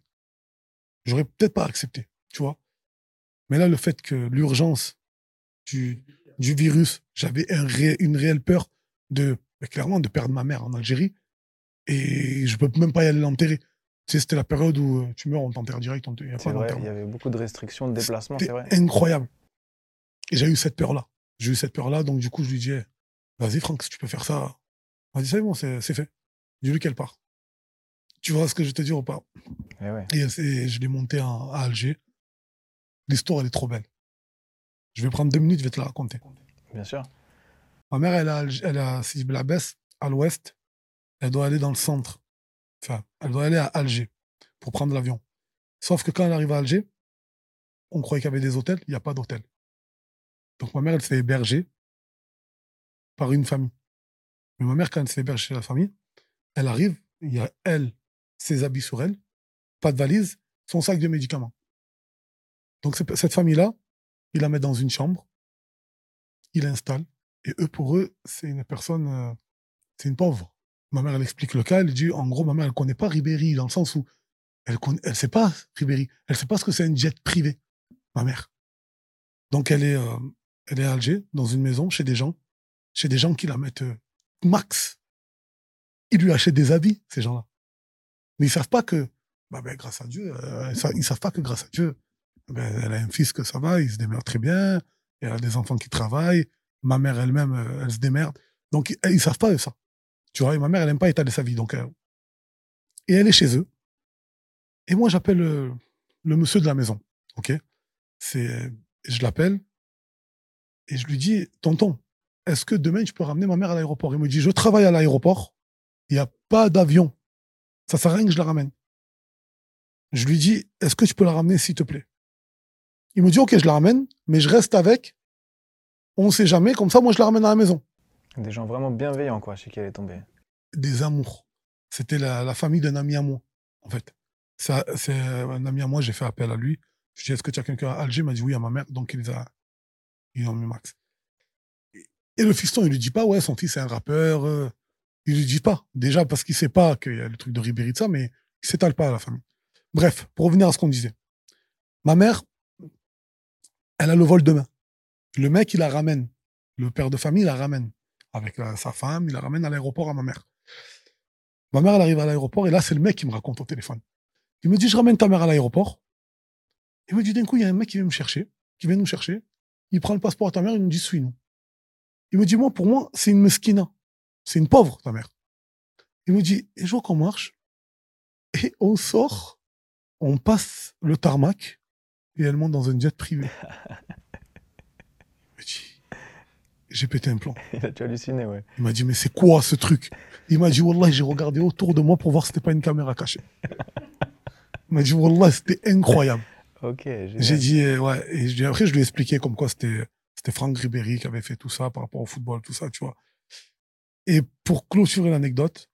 Tu vois. Mais là, le fait que l'urgence du virus, j'avais une réelle peur clairement, de perdre ma mère en Algérie. Et je peux même pas y aller l'enterrer. Tu sais, c'était la période où tu meurs, on t'enterre direct. C'est vrai, il y avait beaucoup de restrictions de déplacement, c'est vrai. Incroyable. Et j'ai eu cette peur-là. Donc, du coup, je lui dis, vas-y, Franck, si tu peux faire ça, vas-y, c'est bon, c'est fait. Dis-lui qu'elle part. Tu vois ce que je vais te dire ou pas? Et je l'ai monté à Alger. L'histoire, elle est trop belle. Je vais prendre 2 minutes, je vais te la raconter. Bien sûr. Ma mère, si je la baisse, à l'ouest, elle doit aller dans le centre. Enfin, elle doit aller à Alger pour prendre l'avion. Sauf que quand elle arrive à Alger, on croyait qu'il y avait des hôtels, il n'y a pas d'hôtel. Donc ma mère, elle se fait héberger par une famille. Mais ma mère, quand elle se fait héberger chez la famille, elle arrive, il y a elle, ses habits sur elle, pas de valise, son sac de médicaments. Donc cette famille-là, ils la mettent dans une chambre, ils l'installent, et eux, pour eux, c'est une personne, c'est une pauvre. Ma mère, elle explique le cas, elle dit, en gros, ma mère, elle connaît pas Ribéry, dans le sens où elle sait pas Ribéry, elle sait pas ce que c'est un jet privé, ma mère. Donc elle est à Alger, dans une maison, chez des gens qui la mettent max. Ils lui achètent des habits, ces gens-là. Mais ils savent pas que, grâce à Dieu, ils savent pas que grâce à Dieu, elle a un fils que ça va, il se démerde très bien, elle a des enfants qui travaillent, ma mère elle-même, elle se démerde. Donc ils savent pas ça. Tu vois, et ma mère, elle aime pas étaler sa vie. Donc, et elle est chez eux. Et moi, j'appelle le monsieur de la maison. Ok, je l'appelle et je lui dis, tonton, est-ce que demain, tu peux ramener ma mère à l'aéroport? Il me dit, je travaille à l'aéroport, il n'y a pas d'avion. Ça sert à rien que je la ramène. Je lui dis, est-ce que tu peux la ramener, s'il te plaît? Il me dit, ok, je la ramène, mais je reste avec. On ne sait jamais, comme ça, moi, je la ramène à la maison. Des gens vraiment bienveillants, quoi, chez qui elle est tombée. Des amours. C'était la famille d'un ami à moi, en fait. C'est un ami à moi, j'ai fait appel à lui. Je lui ai dit, est-ce que tu as quelqu'un à Alger? Il m'a dit oui, à ma mère. Donc, ils ont mis Max. Et le fiston, il lui dit pas, ouais, son fils est un rappeur. Il lui dit pas. Déjà, parce qu'il sait pas qu'il y a le truc de Ribéry de ça, mais il s'étale pas à la famille. Bref, pour revenir à ce qu'on disait. Ma mère, elle a le vol demain. Le mec, il la ramène. Le père de famille, il la ramène. Avec sa femme, il la ramène à l'aéroport à ma mère. Ma mère, elle arrive à l'aéroport et là, c'est le mec qui me raconte au téléphone. Il me dit, je ramène ta mère à l'aéroport. Il me dit, d'un coup, il y a un mec qui vient me chercher, qui vient nous chercher. Il prend le passeport à ta mère, il nous dit, suis-nous. Il me dit, moi, pour moi, c'est une mesquina. C'est une pauvre, ta mère. Il me dit, et je vois qu'on marche. Et on sort, on passe le tarmac et elle monte dans un jet privé. Il me dit, j'ai pété un plomb. Il a dû halluciner, ouais. Il m'a dit, mais c'est quoi ce truc? Il m'a dit, Wallah, j'ai regardé autour de moi pour voir si c'était pas une caméra cachée. Il m'a dit, Wallah, c'était incroyable. Ok, génial. J'ai dit, ouais. Et après, je lui ai expliqué comme quoi c'était Franck Ribéry qui avait fait tout ça par rapport au football, tout ça, tu vois. Et pour clôturer l'anecdote,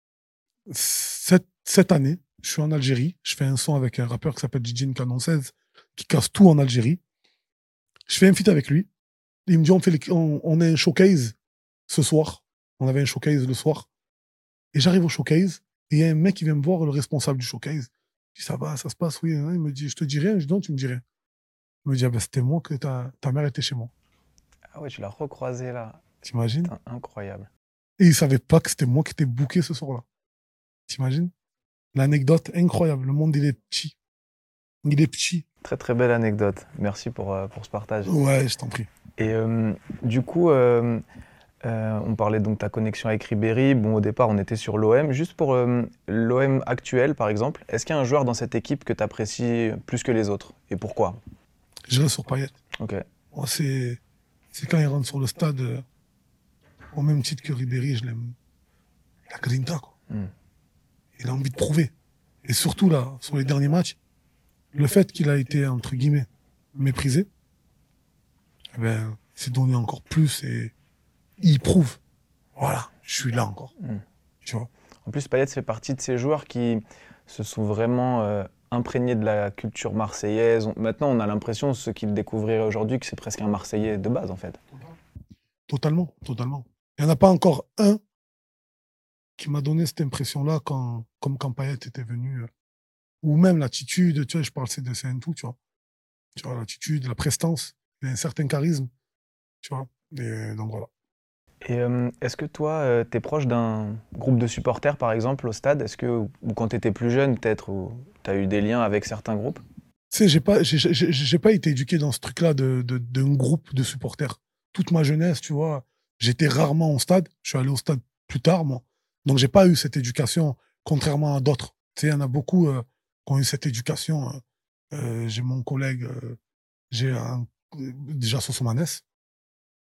cette année, je suis en Algérie. Je fais un son avec un rappeur qui s'appelle DJ Canon 16, qui casse tout en Algérie. Je fais un feat avec lui. Il me dit, on a un showcase ce soir. On avait un showcase le soir. Et j'arrive au showcase. Et il y a un mec qui vient me voir, le responsable du showcase. Je dis, ça va, ça se passe, oui. Il me dit, je te dis rien. Je dis, non, tu me dis rien. Il me dit, c'était moi que ta mère était chez moi. Ah ouais, tu l'as recroisé là. T'imagines? Putain, incroyable. Et il savait pas que c'était moi qui étais booké ce soir-là. T'imagines? L'anecdote incroyable. Le monde, il est petit. Il est petit. Très très belle anecdote. Merci pour ce partage. Ouais, je t'en prie. Et du coup, on parlait donc de ta connexion avec Ribéry. Bon, au départ, on était sur l'OM. Juste pour l'OM actuel, par exemple, est-ce qu'il y a un joueur dans cette équipe que tu apprécies plus que les autres? Et pourquoi? Je reste sur Payet. Ok. Moi, c'est quand il rentre sur le stade, au même titre que Ribéry, je l'aime. La grinta, quoi. Il a envie de prouver. Et surtout, là, sur les derniers matchs, le fait qu'il a été, entre guillemets, méprisé, eh ben, c'est donné encore plus et il prouve. Voilà, je suis là encore. Tu vois. En plus, Payet fait partie de ces joueurs qui se sont vraiment imprégnés de la culture marseillaise. Maintenant, on a l'impression, ceux qui le découvriraient aujourd'hui, que c'est presque un Marseillais de base, en fait. Totalement, totalement. Il n'y en a pas encore un qui m'a donné cette impression-là comme quand Payet était venu. Ou même l'attitude, tu vois, je parle de tout, tu vois. Tu vois, l'attitude, la prestance, il y a un certain charisme, tu vois. Et donc voilà. Et est-ce que toi, tu es proche d'un groupe de supporters, par exemple, au stade? Est-ce que, ou quand tu étais plus jeune, peut-être, tu as eu des liens avec certains groupes? Tu sais, j'ai pas été éduqué dans ce truc-là d'un groupe de supporters. Toute ma jeunesse, tu vois, j'étais rarement au stade. Je suis allé au stade plus tard, moi. Donc, j'ai pas eu cette éducation, contrairement à d'autres. Tu sais, il y en a beaucoup qui ont eu cette éducation. J'ai mon collègue, déjà Sosomanes.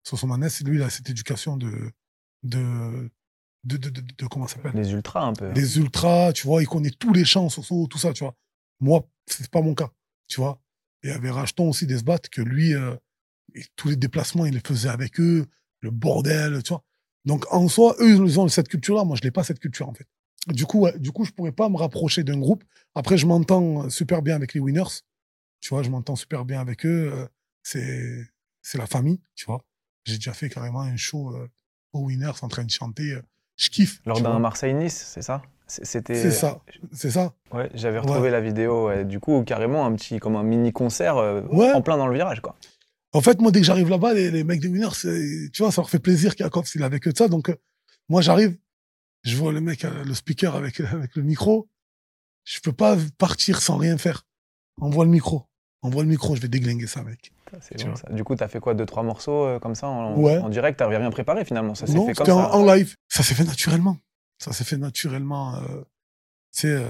Sosomanes, lui, il a cette éducation de comment ça s'appelle? Les ultras un peu. Les ultras, tu vois, il connaît tous les chants, Soso, tout ça, tu vois. Moi, c'est pas mon cas, tu vois. Et il y avait Racheton aussi des Sbats que lui, et tous les déplacements, il les faisait avec eux, le bordel, tu vois. Donc, en soi, eux, ils ont cette culture-là. Moi, je n'ai pas cette culture, en fait. Du coup, je ne pourrais pas me rapprocher d'un groupe. Après, je m'entends super bien avec les Winners. Tu vois, je m'entends super bien avec eux. C'est la famille, tu vois. J'ai déjà fait carrément un show aux Winners en train de chanter. Je kiffe. Lors d'un Marseille-Nice, c'est ça? C'est ça. C'est ça. Ouais, j'avais retrouvé la vidéo. Ouais. Du coup, carrément, comme un mini-concert en plein dans le virage, quoi. En fait, moi, dès que j'arrive là-bas, les mecs des Winners, tu vois, ça leur fait plaisir qu'Akov, il avait que de ça. Donc, moi, j'arrive, je vois le mec, le speaker avec le micro. Je peux pas partir sans rien faire. Envoie le micro, je vais déglinguer ça, mec. C'est bon, ça. Du coup, t'as fait quoi, 2-3 morceaux comme ça en direct? T'avais rien préparé finalement? Ça s'est fait comme ça? Non, c'était en live. Ça s'est fait naturellement. Tu sais,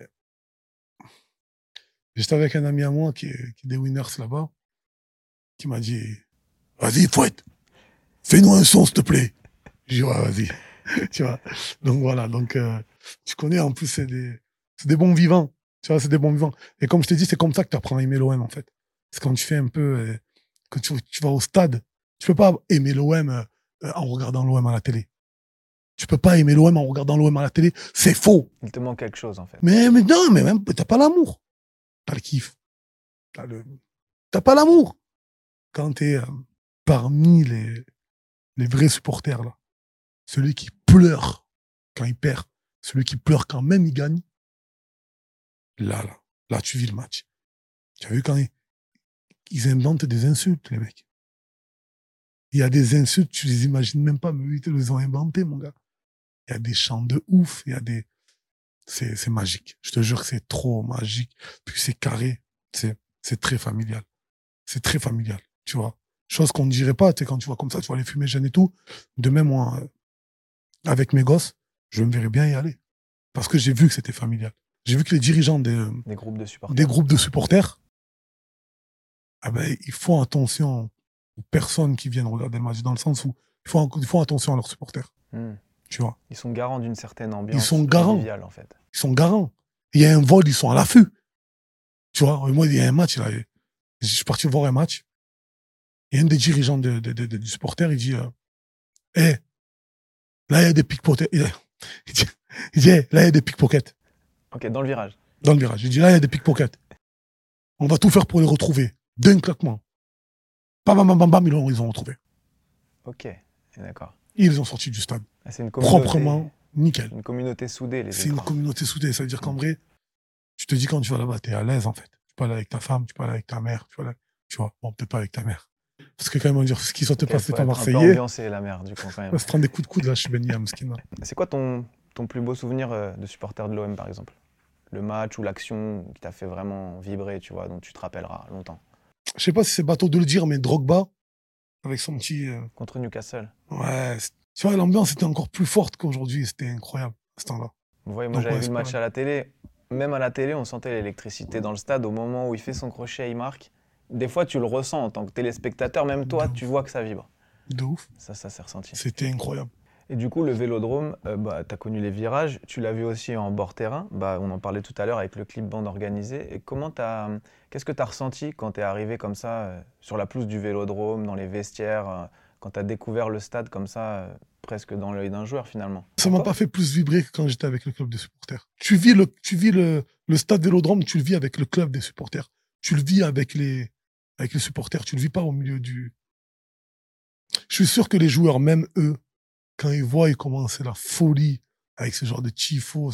j'étais avec un ami à moi qui est des Winners là-bas, qui m'a dit « Vas-y, Fouette, fais-nous un son, s'il te plaît. » J'ai dit « Ouais, vas-y. » Tu vois. Donc voilà, tu connais, en plus, c'est des bons vivants. Tu vois, c'est des bons vivants. Et comme je t'ai dit, c'est comme ça que tu apprends à aimer l'OM, en fait. C'est quand tu fais un peu, que tu vas au stade, tu peux pas aimer l'OM en regardant l'OM à la télé. Tu peux pas aimer l'OM en regardant l'OM à la télé. C'est faux. Il te manque quelque chose, en fait. Mais non, mais même, t'as pas l'amour. T'as le kiff. T'as pas l'amour. Quand t'es parmi les vrais supporters, là. Celui qui pleure quand il perd. Celui qui pleure quand même il gagne. Là, tu vis le match. Tu as vu quand ils inventent des insultes, les mecs. Il y a des insultes, tu les imagines même pas, mais ils te les ont inventées, mon gars. Il y a des chants de ouf, c'est magique. Je te jure que c'est trop magique. Puis c'est carré, c'est très familial. C'est très familial, tu vois. Chose qu'on ne dirait pas, tu sais, quand tu vois comme ça, tu vois les fumigènes et tout. Demain, moi, avec mes gosses, je me verrais bien y aller. Parce que j'ai vu que c'était familial. J'ai vu que les dirigeants des groupes de supporters, ils font attention aux personnes qui viennent regarder le match, dans le sens où ils font attention à leurs supporters. Tu vois. Ils sont garants d'une certaine ambiance. Ils sont garants. Conviviale, en fait. Ils sont garants. Il y a un vol, ils sont à l'affût. Tu vois, moi, il y a un match, là, je suis parti voir un match. Et un des dirigeants du supporter, il dit là, il y a des pickpockets. Il dit là, il y a des pickpockets. Ok, dans le virage. Dans le virage. Il dit là, il y a des pickpockets. On va tout faire pour les retrouver. D'un claquement. Bam, bam, bam, bam, ils ont retrouvé. Ok, d'accord. Ils ont sorti du stade. C'est une communauté, proprement, nickel. Une communauté soudée, C'est une communauté soudée. Ça veut dire qu'en vrai, tu te dis quand tu vas là-bas, tu es à l'aise, en fait. Tu peux aller avec ta femme, tu peux aller avec ta mère. Tu vois, bon, peut-être pas avec ta mère. Parce que quand même, on va dire ce qui soit passé par Marseillais. Un peu ambiancé, la mère, du coup, quand même. Ça se prend des coups de coude, là, je suis béni à Mskina. C'est quoi ton plus beau souvenir de supporter de l'OM, par exemple? Le match ou l'action qui t'a fait vraiment vibrer, tu vois, dont tu te rappelleras longtemps? Je sais pas si c'est bateau de le dire, mais Drogba, avec son petit... Contre Newcastle. Ouais, tu vois, l'ambiance était encore plus forte qu'aujourd'hui. C'était incroyable, à ce temps-là. Vous voyez, moi, j'avais vu le match à la télé. Même à la télé, on sentait l'électricité dans le stade. Au moment où il fait son crochet, il marque. Des fois, tu le ressens en tant que téléspectateur. Même toi, tu vois que ça vibre. De ouf. Ça s'est ressenti. C'était incroyable. Et du coup, le Vélodrome, tu as connu les virages. Tu l'as vu aussi en bord terrain. On en parlait tout à l'heure avec le clip band organisé. Et qu'est-ce que tu as ressenti quand tu es arrivé comme ça sur la pelouse du Vélodrome, dans les vestiaires, quand tu as découvert le stade comme ça, presque dans l'œil d'un joueur finalement? Ça m'a pas fait plus vibrer que quand j'étais avec le club des supporters. Tu vis le stade Vélodrome, tu le vis avec le club des supporters. Tu le vis avec les supporters. Tu le vis pas au milieu du... Je suis sûr que les joueurs, même eux, quand ils voient comment c'est la folie avec ce genre de tifo,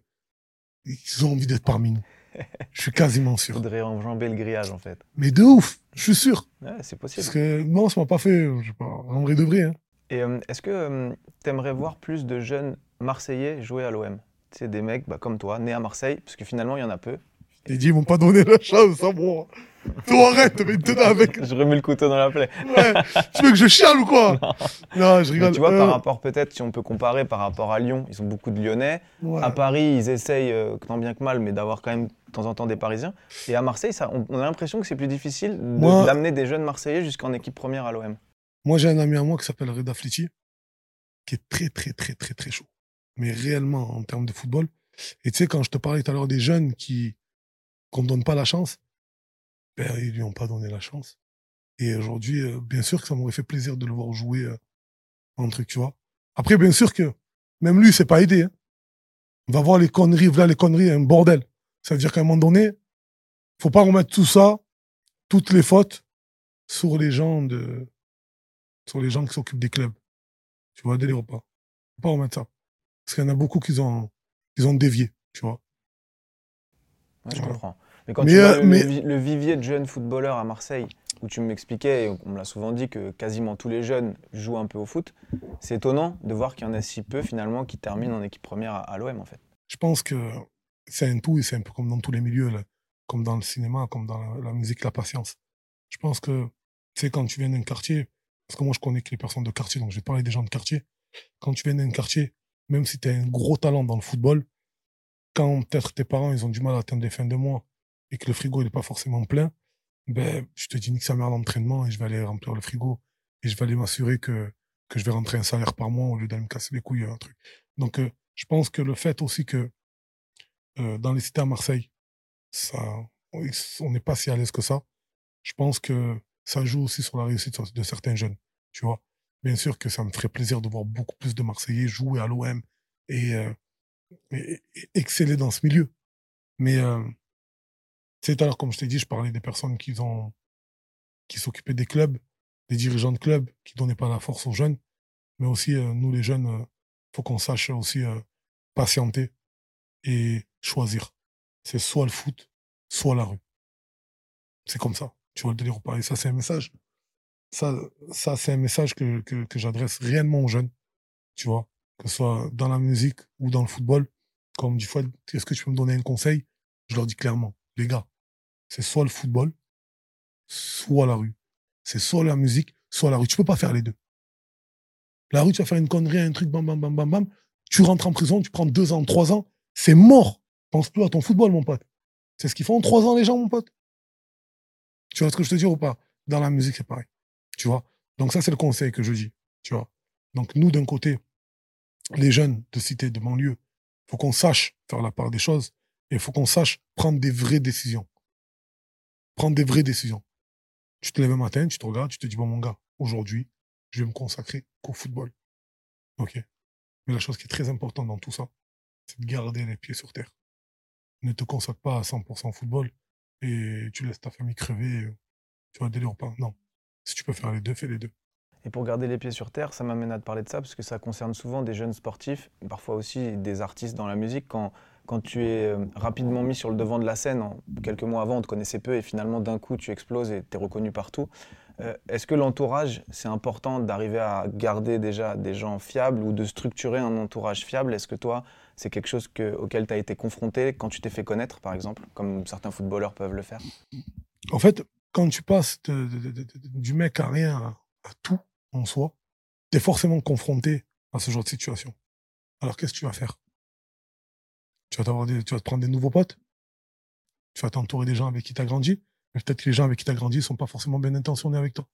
ils ont envie d'être parmi nous. Je suis quasiment sûr. Il faudrait enjamber le grillage, en fait. Mais de ouf, je suis sûr. Ouais, c'est possible. Parce que non, ça m'a pas fait, je sais pas, en vrai de vrai. Hein. Et est-ce que tu aimerais voir plus de jeunes Marseillais jouer à l'OM? Tu sais, des mecs comme toi, nés à Marseille, parce que finalement, il y en a peu. Et dit, ils m'ont pas donné la chance, ça, moi. Toi, arrête, mais t'es avec. Je remets le couteau dans la plaie. Ouais. Tu veux que je chiale ou quoi? Non, je rigole. Mais tu vois, par rapport, peut-être, si on peut comparer par rapport à Lyon, ils ont beaucoup de Lyonnais. Ouais. À Paris, ils essayent, tant bien que mal, mais d'avoir quand même de temps en temps des Parisiens. Et à Marseille, on a l'impression que c'est plus difficile d'amener des jeunes Marseillais jusqu'en équipe première à l'OM. Moi, j'ai un ami à moi qui s'appelle Reda Fliti, qui est très, très, très, très, très chaud. Mais réellement, en termes de football. Et tu sais, quand je te parlais tout à l'heure des jeunes qu'on ne donne pas la chance, ben, ils lui ont pas donné la chance. Et aujourd'hui, bien sûr que ça m'aurait fait plaisir de le voir jouer en truc, tu vois. Après, bien sûr que même lui, c'est pas aidé. Hein. On va voir les conneries, voilà les conneries, un bordel. Ça veut dire qu'à un moment donné, faut pas remettre tout ça, toutes les fautes, sur les gens qui s'occupent des clubs. Tu vois, délire ou pas. Faut pas remettre ça. Parce qu'il y en a beaucoup qui ont dévié, tu vois. Ouais, je Voilà. comprends. Mais quand Mais, tu vois le vivier de jeunes footballeurs à Marseille, où tu m'expliquais, et on me l'a souvent dit, que quasiment tous les jeunes jouent un peu au foot, c'est étonnant de voir qu'il y en a si peu finalement qui terminent en équipe première à l'OM en fait. Je pense que c'est un tout et c'est un peu comme dans tous les milieux, là, comme dans le cinéma, comme dans la musique, la patience. Je pense que, tu sais, quand tu viens d'un quartier, parce que moi je connais que les personnes de quartier, donc je vais parler des gens de quartier. Quand tu viens d'un quartier, même si tu as un gros talent dans le football, quand peut-être tes parents ils ont du mal à atteindre les fins de mois et que le frigo il n'est pas forcément plein, ben, je te dis nique sa mère l'entraînement et je vais aller remplir le frigo et je vais aller m'assurer que je vais rentrer un salaire par mois au lieu d'aller me casser les couilles, un truc. Donc, je pense que le fait aussi que dans les cités à Marseille, ça, on n'est pas si à l'aise que ça. Je pense que ça joue aussi sur la réussite de certains jeunes, tu vois. Bien sûr que ça me ferait plaisir de voir beaucoup plus de Marseillais jouer à l'OM et, et exceller dans ce milieu. Mais, tu sais, tout à l'heure, comme je t'ai dit, je parlais des personnes qui s'occupaient des clubs, des dirigeants de clubs, qui donnaient pas la force aux jeunes. Mais aussi, nous, les jeunes, faut qu'on sache aussi patienter et choisir. C'est soit le foot, soit la rue. C'est comme ça. Tu vois le délire ou pas? Et ça, c'est un message. Ça, ça c'est un message que j'adresse réellement aux jeunes. Tu vois? Que ce soit dans la musique ou dans le football. Comme du fois, est-ce que tu peux me donner un conseil? Je leur dis clairement, les gars, c'est soit le football, soit la rue. C'est soit la musique, soit la rue. Tu peux pas faire les deux. La rue, tu vas faire une connerie, un truc, bam, bam, bam, bam, bam. Tu rentres en prison, tu prends 2 ans, 3 ans. C'est mort. Pense plus à ton football, mon pote. C'est ce qu'ils font en 3 ans, les gens, mon pote. Tu vois ce que je te dis ou pas? Dans la musique, c'est pareil. Tu vois? Donc ça, c'est le conseil que je dis. Tu vois? Donc nous, d'un côté, les jeunes de cité, de banlieue, faut qu'on sache faire la part des choses et il faut qu'on sache prendre des vraies décisions. Prendre des vraies décisions. Tu te lèves un matin, tu te regardes, tu te dis, bon, mon gars, aujourd'hui, je vais me consacrer qu'au football. OK? Mais la chose qui est très importante dans tout ça, c'est de garder les pieds sur terre. Ne te consacre pas à 100% au football et tu laisses ta famille crever, tu vois, délire ou pas. Non. Si tu peux faire les deux, fais les deux. Et pour garder les pieds sur terre, ça m'amène à te parler de ça, parce que ça concerne souvent des jeunes sportifs, parfois aussi des artistes dans la musique. Quand tu es rapidement mis sur le devant de la scène, quelques mois avant, on te connaissait peu, et finalement, d'un coup, tu exploses et tu es reconnu partout. Est-ce que l'entourage, c'est important d'arriver à garder déjà des gens fiables ou de structurer un entourage fiable? Est-ce que toi, c'est quelque chose auquel tu as été confronté quand tu t'es fait connaître, par exemple, comme certains footballeurs peuvent le faire? En fait, quand tu passes du mec à rien à tout en soi, tu es forcément confronté à ce genre de situation. Alors, qu'est-ce que tu vas faire? Tu vas te prendre des nouveaux potes? Tu vas t'entourer des gens avec qui tu as grandi? Mais peut-être que les gens avec qui tu as grandi ne sont pas forcément bien intentionnés avec toi.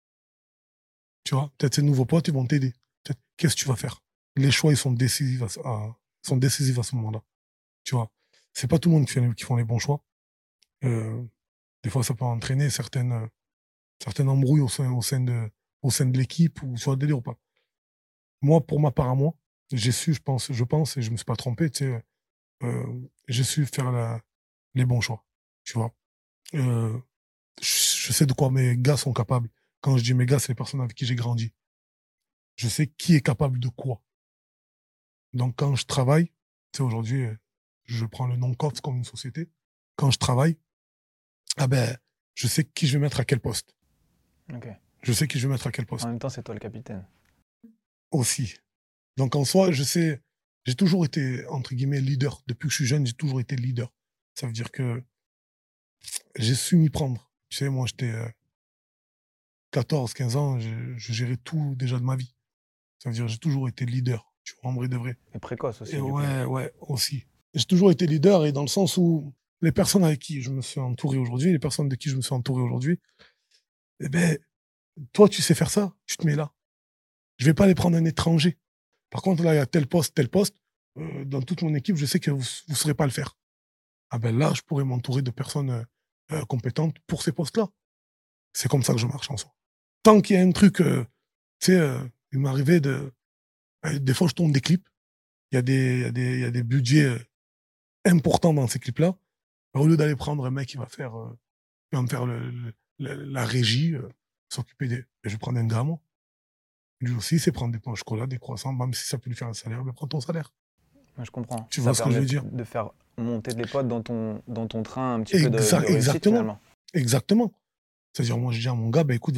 Tu vois? Peut-être ces nouveaux potes, ils vont t'aider. Qu'est-ce que tu vas faire? Les choix, ils sont décisifs sont décisifs à ce moment-là. Tu vois? C'est pas tout le monde qui font les bons choix. Des fois, ça peut entraîner certaines embrouilles au sein de l'équipe ou sur le délire ou pas. Moi, pour ma part à moi, j'ai su, je pense, et je me suis pas trompé, tu sais, j'ai su faire les bons choix. Tu vois? Je sais de quoi mes gars sont capables. Quand je dis mes gars, c'est les personnes avec qui j'ai grandi. Je sais qui est capable de quoi. Donc, quand je travaille, tu sais, aujourd'hui, je prends le nom COFS comme une société. Quand je travaille, ah ben, je sais qui je vais mettre à quel poste. Ok. Je sais qui je vais mettre à quel poste. En même temps, c'est toi le capitaine. Aussi. Donc, en soi, je sais, j'ai toujours été, entre guillemets, leader. Depuis que je suis jeune, j'ai toujours été leader. Ça veut dire que j'ai su m'y prendre. Tu sais, moi, j'étais 14, 15 ans, je gérais tout déjà de ma vie. Ça veut dire que j'ai toujours été leader, tu vois, en vrai de vrai. Et précoce aussi. Et du coup. ouais, aussi. J'ai toujours été leader et dans le sens où les personnes avec qui je me suis entouré aujourd'hui, les personnes de qui je me suis entouré aujourd'hui, eh ben, toi, tu sais faire ça, tu te mets là. Je vais pas aller prendre un étranger. Par contre, là, il y a tel poste, tel poste. Dans toute mon équipe, je sais que vous ne saurez pas le faire. Ah ben là, je pourrais m'entourer de personnes compétentes pour ces postes-là. C'est comme ça que je marche en soi. Tant qu'il y a un truc, tu sais, il m'arrivait des fois, je tourne des clips. Il y a des budgets importants dans ces clips-là. Au lieu d'aller prendre un mec qui va me faire la régie, s'occuper des... Je vais prendre un gars, moi. Lui aussi, c'est prendre des pains au chocolat, des croissants, même si ça peut lui faire un salaire, mais prends ton salaire. Ouais, je comprends. Tu vois ce que je veux dire? De faire monter les potes dans ton train un petit peu de réussite, exactement. finalement. Exactement. C'est-à-dire, moi, je dis à mon gars, bah, écoute,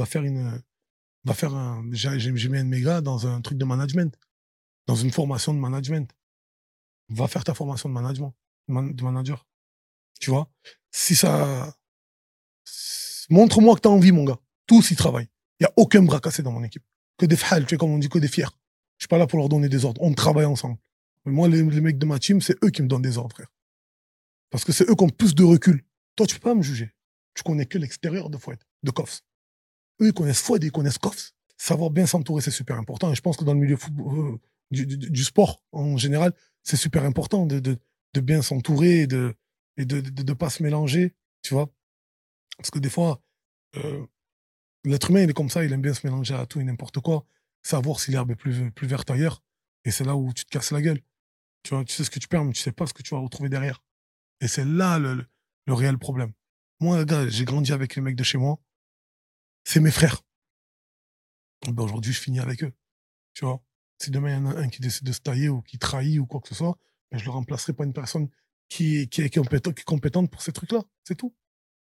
j'ai mis un de mes gars dans un truc de management, dans une formation de management. Va faire ta formation de management, de manager. Tu vois? Si ça... Montre-moi que tu as envie, mon gars. Tous y travaillent. Il n'y a aucun bras cassé dans mon équipe. Que des fhal, tu sais, comme on dit, que des fiers. Je suis pas là pour leur donner des ordres. On travaille ensemble. Mais moi, les mecs de ma team, c'est eux qui me donnent des ordres, frère. Parce que c'est eux qui ont plus de recul. Toi, tu peux pas me juger. Tu connais que l'extérieur de Fouad, de Kofs. Eux, ils connaissent Fouad et ils connaissent Kofs. Savoir bien s'entourer, c'est super important. Et je pense que dans le milieu du sport, en général, c'est super important de bien s'entourer et de pas se mélanger, tu vois. Parce que des fois, l'être humain, il est comme ça, il aime bien se mélanger à tout et n'importe quoi, savoir si l'herbe est plus verte ailleurs. Et c'est là où tu te casses la gueule. Tu vois, tu sais ce que tu perds, mais tu sais pas ce que tu vas retrouver derrière. Et c'est là le réel problème. Moi, gars, j'ai grandi avec les mecs de chez moi. C'est mes frères. Ben aujourd'hui, je finis avec eux. Tu vois, si demain, il y en a un qui décide de se tailler ou qui trahit ou quoi que ce soit, ben, je le remplacerai par une personne qui est compétente pour ces trucs-là. C'est tout.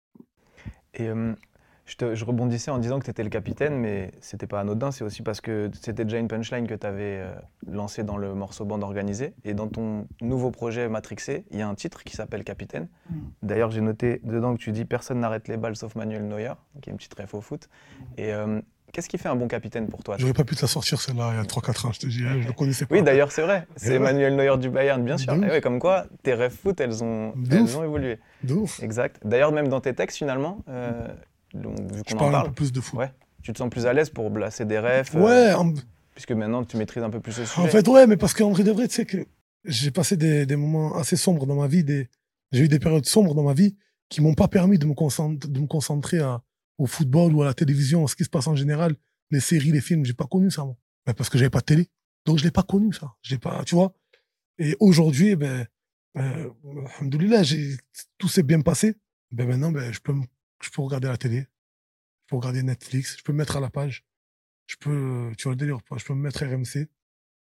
Et je rebondissais en disant que tu étais le capitaine, mais c'était pas anodin, c'est aussi parce que c'était déjà une punchline que tu avais lancée dans le morceau Bande Organisée. Et dans ton nouveau projet Matrixé, il y a un titre qui s'appelle Capitaine. D'ailleurs, j'ai noté dedans que tu dis « Personne n'arrête les balles sauf Manuel Neuer », qui est une petite ref au foot. Et qu'est-ce qui fait un bon capitaine pour toi? J'aurais pas pu te la sortir celle-là il y a 3-4 ans, je te dis, hein, je le connaissais pas. Oui, d'ailleurs, c'est vrai. C'est ouais. Manuel Neuer du Bayern, bien sûr. De Et ouf. ouais, comme quoi, tes rêves foot, elles ont évolué. De ouf. Exact. D'ailleurs, même dans tes textes, finalement, donc, vu Je qu'on en parle un parle, peu plus de foot. ouais, tu te sens plus à l'aise pour placer des refs, Ouais, puisque maintenant tu maîtrises un peu plus le sujet. en fait, ouais, mais parce qu'en vrai de vrai, tu sais que j'ai passé des moments assez sombres dans ma vie, j'ai eu des périodes sombres dans ma vie qui m'ont pas permis de me concentrer au football ou à la télévision, à ce qui se passe en général, les séries, les films. J'ai pas connu ça, moi. Ben, parce que j'avais pas de télé. Donc, je l'ai pas connu, ça. Je l'ai pas, tu vois. Et aujourd'hui, alhamdoulilah, tout s'est bien passé. Ben, maintenant, je peux regarder la télé. Je peux regarder Netflix. Je peux me mettre à la page. Tu vois le délire, je peux me mettre RMC.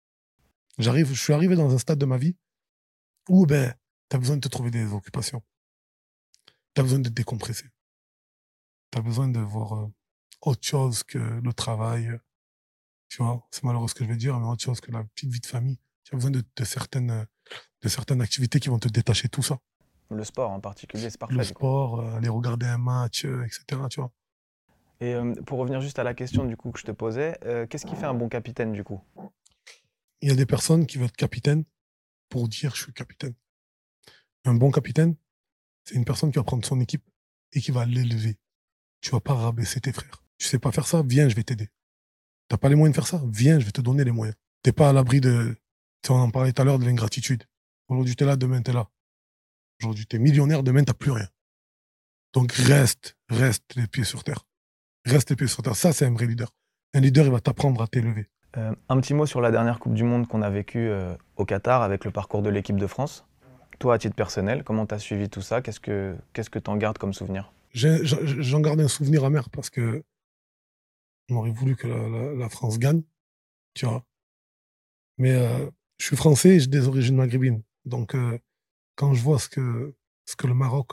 Je suis arrivé dans un stade de ma vie où, t'as besoin de te trouver des occupations. T'as besoin de te décompresser. T'as besoin de voir autre chose que le travail. Tu vois, c'est malheureux ce que je vais dire, mais autre chose que la petite vie de famille. Tu as besoin de certaines activités qui vont te détacher de tout ça. Le sport en particulier, c'est parfait. Le du coup. sport, aller regarder un match, etc. Tu vois. Et pour revenir juste à la question du coup que je te posais, qu'est-ce qui fait un bon capitaine du coup? Il y a des personnes qui veulent être capitaine pour dire je suis capitaine. Un bon capitaine, c'est une personne qui va prendre son équipe et qui va l'élever. Tu vas pas rabaisser tes frères. Tu sais pas faire ça, viens, je vais t'aider. T'as pas les moyens de faire ça, viens, je vais te donner les moyens. T'es pas à l'abri de... On en parlait tout à l'heure de l'ingratitude. Aujourd'hui, t'es là, demain, t'es là. Aujourd'hui, t'es millionnaire, demain, t'as plus rien. Donc, reste les pieds sur terre. Reste les pieds sur terre. Ça, c'est un vrai leader. Un leader, il va t'apprendre à t'élever. Un petit mot sur la dernière Coupe du Monde qu'on a vécue au Qatar avec le parcours de l'équipe de France. Toi, à titre personnel, comment t'as suivi tout ça? Qu'est-ce que t'en gardes comme souvenir? J'en garde un souvenir amer parce que on aurait voulu que la France gagne, tu vois. Mais je suis français et j'ai des origines maghrébines. Donc, quand je vois ce que le Maroc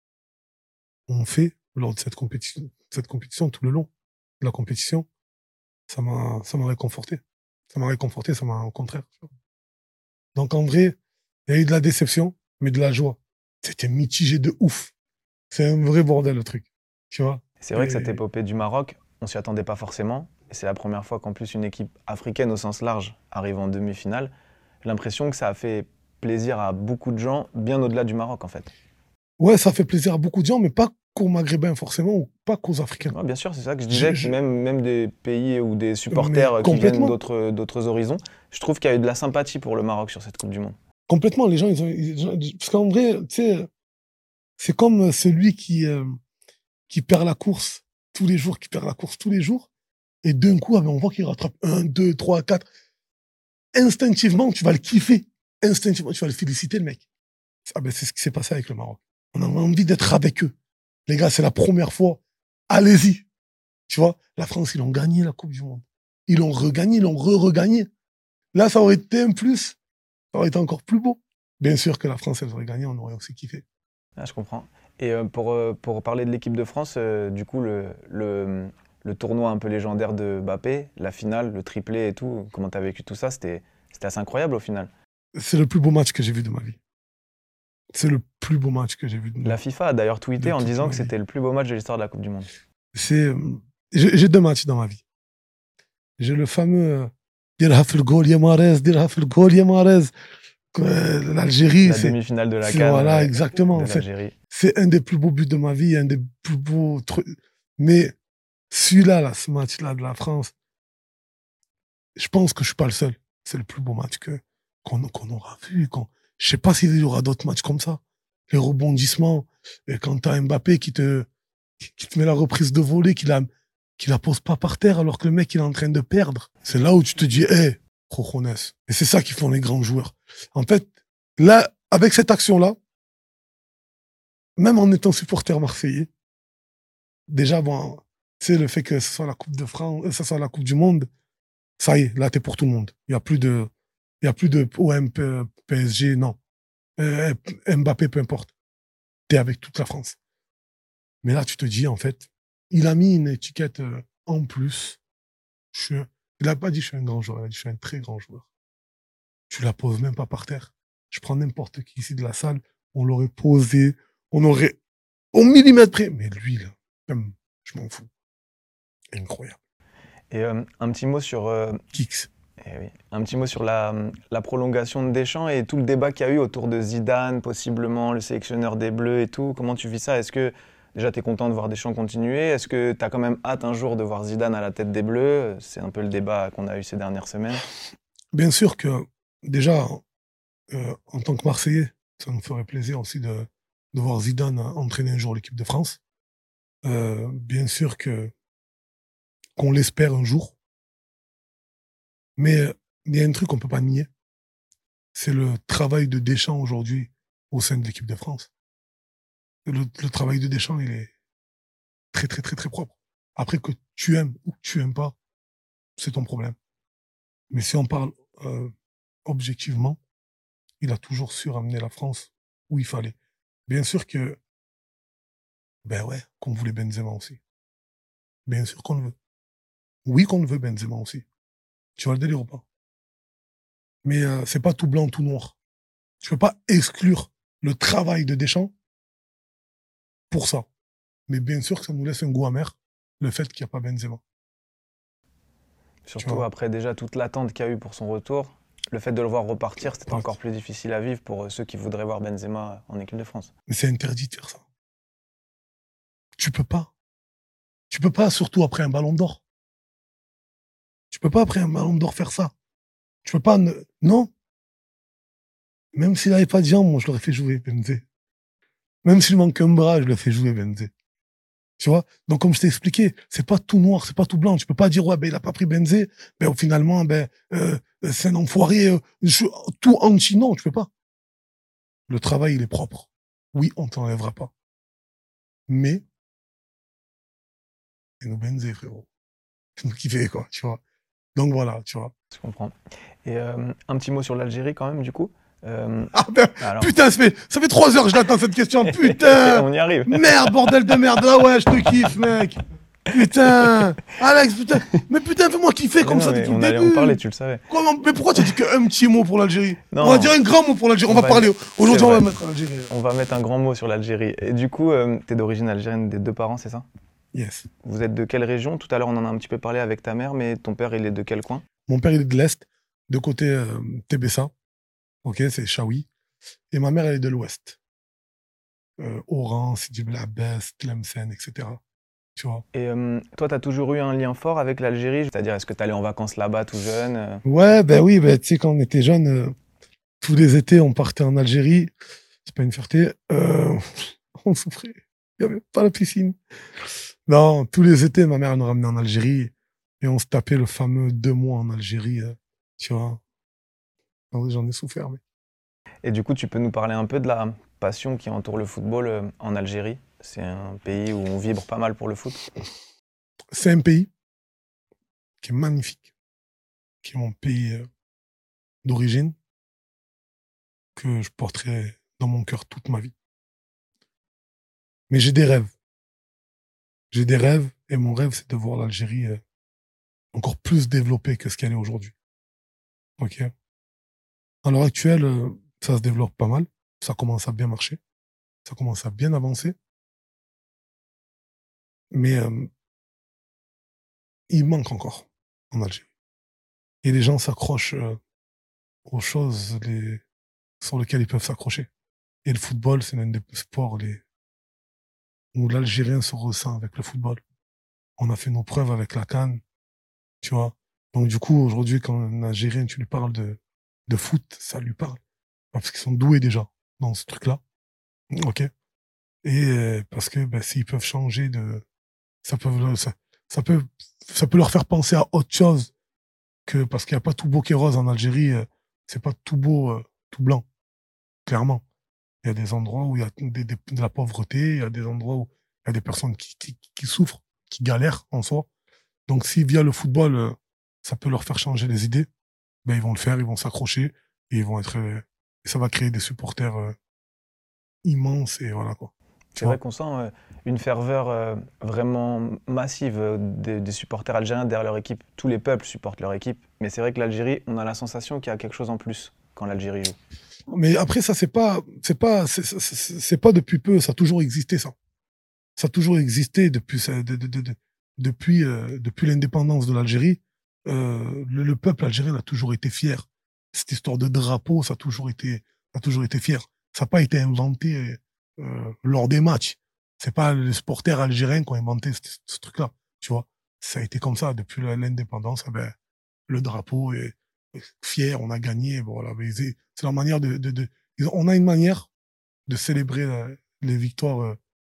ont fait lors de cette compétition tout le long de la compétition, ça m'a réconforté. Ça m'a réconforté, ça m'a au contraire. Tu vois. Donc, en vrai, il y a eu de la déception, mais de la joie. C'était mitigé de ouf. C'est un vrai bordel, le truc. Tu vois. C'est vrai que cette épopée du Maroc, on s'y attendait pas forcément. Et c'est la première fois qu'en plus une équipe africaine au sens large arrive en demi-finale. J'ai l'impression que ça a fait plaisir à beaucoup de gens, bien au-delà du Maroc en fait. Ouais, ça fait plaisir à beaucoup de gens, mais pas qu'aux Maghrébins forcément, ou pas qu'aux Africains. Ouais, bien sûr, c'est ça que je disais, Je- que même des pays ou des supporters Mais qui viennent complètement. d'autres horizons, je trouve qu'il y a eu de la sympathie pour le Maroc sur cette Coupe du Monde. Complètement, les gens, parce qu'en vrai, tu sais, c'est comme celui qui perd la course tous les jours, qui perd la course tous les jours, et d'un coup, ah ben, on voit qu'il rattrape 1, 2, 3, 4. Instinctivement, tu vas le kiffer. Instinctivement, tu vas le féliciter, le mec. Ah ben, c'est ce qui s'est passé avec le Maroc. On a envie d'être avec eux. Les gars, c'est la première fois. Allez-y. Tu vois, la France, ils ont gagné la Coupe du Monde. Ils l'ont regagné, ils l'ont re-regagné. Là, ça aurait été un plus. Ça aurait été encore plus beau. Bien sûr que la France, elle aurait gagné, on aurait aussi kiffé. Ah, je comprends. Et pour parler de l'équipe de France, du coup, le tournoi un peu légendaire de Mbappé, la finale, le triplé et tout, comment tu as vécu tout ça, c'était assez incroyable au final. C'est le plus beau match que j'ai vu de ma vie. C'est le plus beau match que j'ai vu de ma La vie. FIFA a d'ailleurs tweeté De en toute disant ma que vie. c'était le plus beau match de l'histoire de la Coupe du Monde. J'ai 2 matchs dans ma vie. J'ai le fameux Dirha fil goal ya Mahrez, Dirha fil goal ya Mahrez. L'Algérie, La c'est demi-finale de la c'est- CAN voilà, exactement. de C'est l'Algérie. c'est un des plus beaux buts de ma vie, un des plus beaux trucs. Mais celui-là, là, ce match-là de la France, je pense que je suis pas le seul. C'est le plus beau match qu'on aura vu. Je sais pas s'il y aura d'autres matchs comme ça. Les rebondissements, et quand t'as Mbappé qui te met la reprise de volée, qui la pose pas par terre alors que le mec il est en train de perdre. C'est là où tu te dis, hé, cojones. Et c'est ça qui font les grands joueurs. En fait, là, avec cette action-là, même en étant supporter marseillais, déjà, bon, tu sais, le fait que ce soit la Coupe de France, ce soit la Coupe du Monde, ça y est, là, t'es pour tout le monde. Il y a plus de OM, PSG, non. Mbappé, peu importe. T'es avec toute la France. Mais là, tu te dis, en fait, il a mis une étiquette en plus. Il a pas dit je suis un grand joueur, il a dit je suis un très grand joueur. Tu la poses même pas par terre. Je prends n'importe qui ici de la salle, on l'aurait posé, on aurait au millimètre près. Mais lui, là, même, je m'en fous. Incroyable. Et un petit mot sur, Kicks. oui, un petit mot sur la prolongation de Deschamps et tout le débat qu'il y a eu autour de Zidane, possiblement le sélectionneur des Bleus et tout. Comment tu vis ça? Est-ce que déjà tu es content de voir Deschamps continuer? Est-ce que tu as quand même hâte un jour de voir Zidane à la tête des Bleus? C'est un peu le débat qu'on a eu ces dernières semaines. Bien sûr que, déjà, en tant que Marseillais, ça nous ferait plaisir aussi de voir Zidane entraîner un jour l'équipe de France. Bien sûr qu'on l'espère un jour. Mais il y a un truc qu'on peut pas nier. C'est le travail de Deschamps aujourd'hui au sein de l'équipe de France. Le travail de Deschamps, il est très, très, très, très propre. Après, que tu aimes ou que tu aimes pas, c'est ton problème. Mais si on parle objectivement, il a toujours su ramener la France où il fallait. Bien sûr que, ben ouais, qu'on voulait Benzema aussi. Bien sûr qu'on le veut. Oui, qu'on le veut Benzema aussi. Tu vois le délire ou pas? Mais c'est pas tout blanc, tout noir. Tu peux pas exclure le travail de Deschamps pour ça. Mais bien sûr que ça nous laisse un goût amer, le fait qu'il n'y a pas Benzema. Surtout après déjà toute l'attente qu'il y a eu pour son retour. Le fait de le voir repartir, c'était Ouais. encore plus difficile à vivre pour ceux qui voudraient voir Benzema en équipe de France. Mais c'est interdit de faire ça. Tu peux pas. Tu peux pas, surtout après un ballon d'or. Tu peux pas, après un ballon d'or, faire ça. Tu peux pas... Non. Même s'il n'avait pas de jambes, moi, je l'aurais fait jouer, Benzé. Même s'il manque un bras, je le fais jouer, Benzé. Tu vois? Donc, comme je t'ai expliqué, c'est pas tout noir, c'est pas tout blanc. Tu peux pas dire, ouais, ben, il a pas pris Benzé, ben, finalement, ben, c'est un enfoiré, tout anti. Non, tu peux pas. Le travail, il est propre. Oui, on t'enlèvera pas. Mais, c'est nous Benzé, frérot. C'est nous kiffer, quoi, tu vois. Donc, voilà, tu vois. Je comprends. Et un petit mot sur l'Algérie quand même, du coup. Ah, ben, Alors, putain, ça fait 3 heures que je l'attends, cette question. Putain! on y arrive. Merde, bordel de merde. Ah ouais, je te kiffe, mec. Putain. Alex, putain. Mais putain, fais-moi kiffer Mais comme non, ça mais depuis le on allait début. en parler, tu le savais. Mais pourquoi tu as dit qu'un petit mot pour l'Algérie? Non. On va dire un grand mot pour l'Algérie. On On va va parler. dire- Aujourd'hui, c'est on va vrai. mettre l'Algérie. On va mettre un grand mot sur l'Algérie. Et du coup, t'es d'origine algérienne des deux parents, c'est ça? Yes. Vous êtes de quelle région? Tout à l'heure, on en a un petit peu parlé avec ta mère, mais ton père, il est de quel coin? Mon père, il est de l'Est, de côté Tébessa. Ok, c'est Chaoui. Et ma mère, elle est de l'Ouest. Oran, Sidi Blabès, Tlemcen, etc. Tu vois. Et toi, tu as toujours eu un lien fort avec l'Algérie? C'est-à-dire, est-ce que tu allais en vacances là-bas tout jeune? Ouais, ben oui, ben, tu sais, quand on était jeune, tous les étés, on partait en Algérie. C'est pas une fierté. On souffrait. Il n'y avait pas la piscine. Non, tous les étés, ma mère nous ramenait en Algérie et on se tapait le fameux 2 mois en Algérie. Tu vois. J'en ai souffert, mais. Et du coup, tu peux nous parler un peu de la passion qui entoure le football en Algérie? C'est un pays où on vibre pas mal pour le foot. C'est un pays qui est magnifique, qui est mon pays d'origine, que je porterai dans mon cœur toute ma vie. Mais j'ai des rêves. J'ai des rêves, et mon rêve, c'est de voir l'Algérie encore plus développée que ce qu'elle est aujourd'hui. Ok. À l'heure actuelle, ça se développe pas mal. Ça commence à bien marcher. Ça commence à bien avancer. Mais il manque encore en Algérie. Et les gens s'accrochent aux choses sur lesquelles ils peuvent s'accrocher. Et le football, c'est l'un des sports où l'Algérien se ressent avec le football. On a fait nos preuves avec la CAN, tu vois. Donc du coup, aujourd'hui, quand un Algérien, tu lui parles de foot, ça lui parle. Parce qu'ils sont doués déjà dans ce truc-là. Ok. Et parce que s'ils peuvent changer ça peut leur faire penser à autre chose que parce qu'il n'y a pas tout beau qui est rose en Algérie, c'est pas tout beau, tout blanc. Clairement. Il y a des endroits où il y a de la pauvreté, il y a des endroits où il y a des personnes qui souffrent, qui galèrent en soi. Donc si via le football, ça peut leur faire changer les idées, ils vont le faire, ils vont s'accrocher et ils vont être et ça va créer des supporters immenses et voilà quoi. C'est vrai qu'on sent une ferveur vraiment massive des supporters algériens derrière leur équipe. Tous les peuples supportent leur équipe, mais c'est vrai que l'Algérie, on a la sensation qu'il y a quelque chose en plus quand l'Algérie joue. Mais après ça c'est pas depuis peu, ça a toujours existé ça. Ça a toujours existé depuis l'indépendance de l'Algérie. Le peuple algérien a toujours été fier. Cette histoire de drapeau, ça a toujours été fier. Ça n'a pas été inventé lors des matchs. C'est pas les supporters algériens qui ont inventé ce truc-là. Tu vois, ça a été comme ça depuis l'indépendance. Le drapeau est fier, on a gagné. Bon, voilà, c'est leur manière on a une manière de célébrer les victoires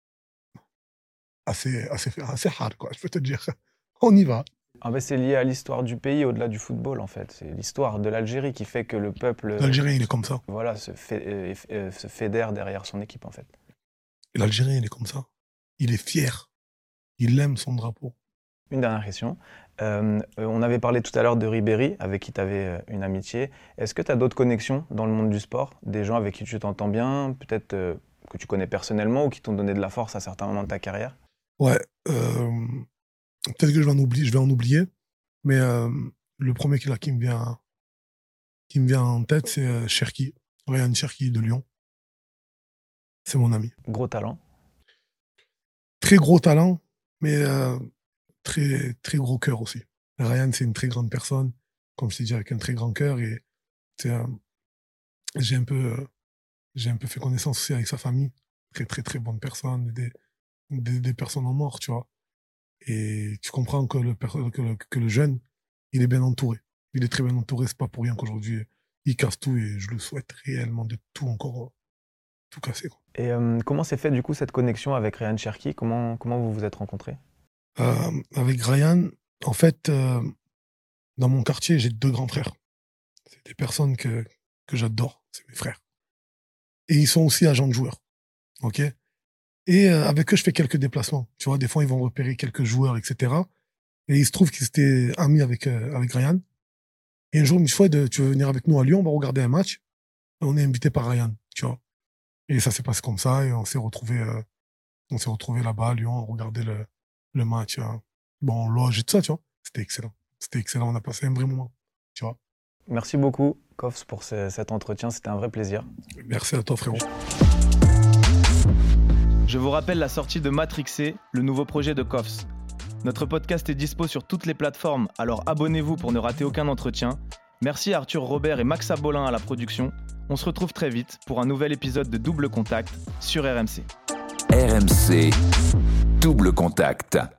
assez hard, quoi. Je peux te dire, on y va. C'est lié à l'histoire du pays au-delà du football, en fait. C'est l'histoire de l'Algérie qui fait que le peuple... L'Algérien, il est comme ça. Voilà, se fédère derrière son équipe, en fait. Et l'Algérien, il est comme ça. Il est fier. Il aime son drapeau. Une dernière question. On avait parlé tout à l'heure de Ribéry, avec qui tu avais une amitié. Est-ce que tu as d'autres connexions dans le monde du sport? Des gens avec qui tu t'entends bien, peut-être que tu connais personnellement ou qui t'ont donné de la force à certains moments de ta carrière? Ouais. Peut-être que je vais en oublier, mais le premier qui me vient en tête, c'est Cherki, Ryan Cherki de Lyon. C'est mon ami. Gros talent. Très gros talent, mais très, très gros cœur aussi. Ryan, c'est une très grande personne, comme je t'ai dit, avec un très grand cœur. Et j'ai un peu fait connaissance aussi avec sa famille. Très, très, très bonne personne, des personnes en mort, tu vois. Et tu comprends que le jeune, il est bien entouré. Il est très bien entouré. C'est pas pour rien qu'aujourd'hui, il casse tout et je le souhaite réellement de tout encore, tout casser, quoi. Et comment s'est fait du coup cette connexion avec Ryan Cherki? Comment vous vous êtes rencontrés? Avec Ryan, en fait, dans mon quartier, j'ai 2 grands frères. C'est des personnes que j'adore. C'est mes frères. Et ils sont aussi agents de joueurs. Ok? Et avec eux, je fais quelques déplacements. Tu vois, des fois, ils vont repérer quelques joueurs, etc. Et il se trouve qu'ils étaient amis avec Ryan. Et un jour, il me dit, tu veux venir avec nous à Lyon, on va regarder un match. Et on est invité par Ryan, tu vois. Et ça s'est passé comme ça, et on s'est retrouvés là-bas à Lyon, on regardait le match, en loge et tout ça, tu vois. C'était excellent. C'était excellent, on a passé un vrai moment, tu vois. Merci beaucoup, Kofs, pour cet entretien, c'était un vrai plaisir. Merci à toi, frérot. Je vous rappelle la sortie de Matrixé, le nouveau projet de Kofs. Notre podcast est dispo sur toutes les plateformes, alors abonnez-vous pour ne rater aucun entretien. Merci à Arthur Robert et Max Abolin à la production. On se retrouve très vite pour un nouvel épisode de Double Contact sur RMC. RMC, Double Contact.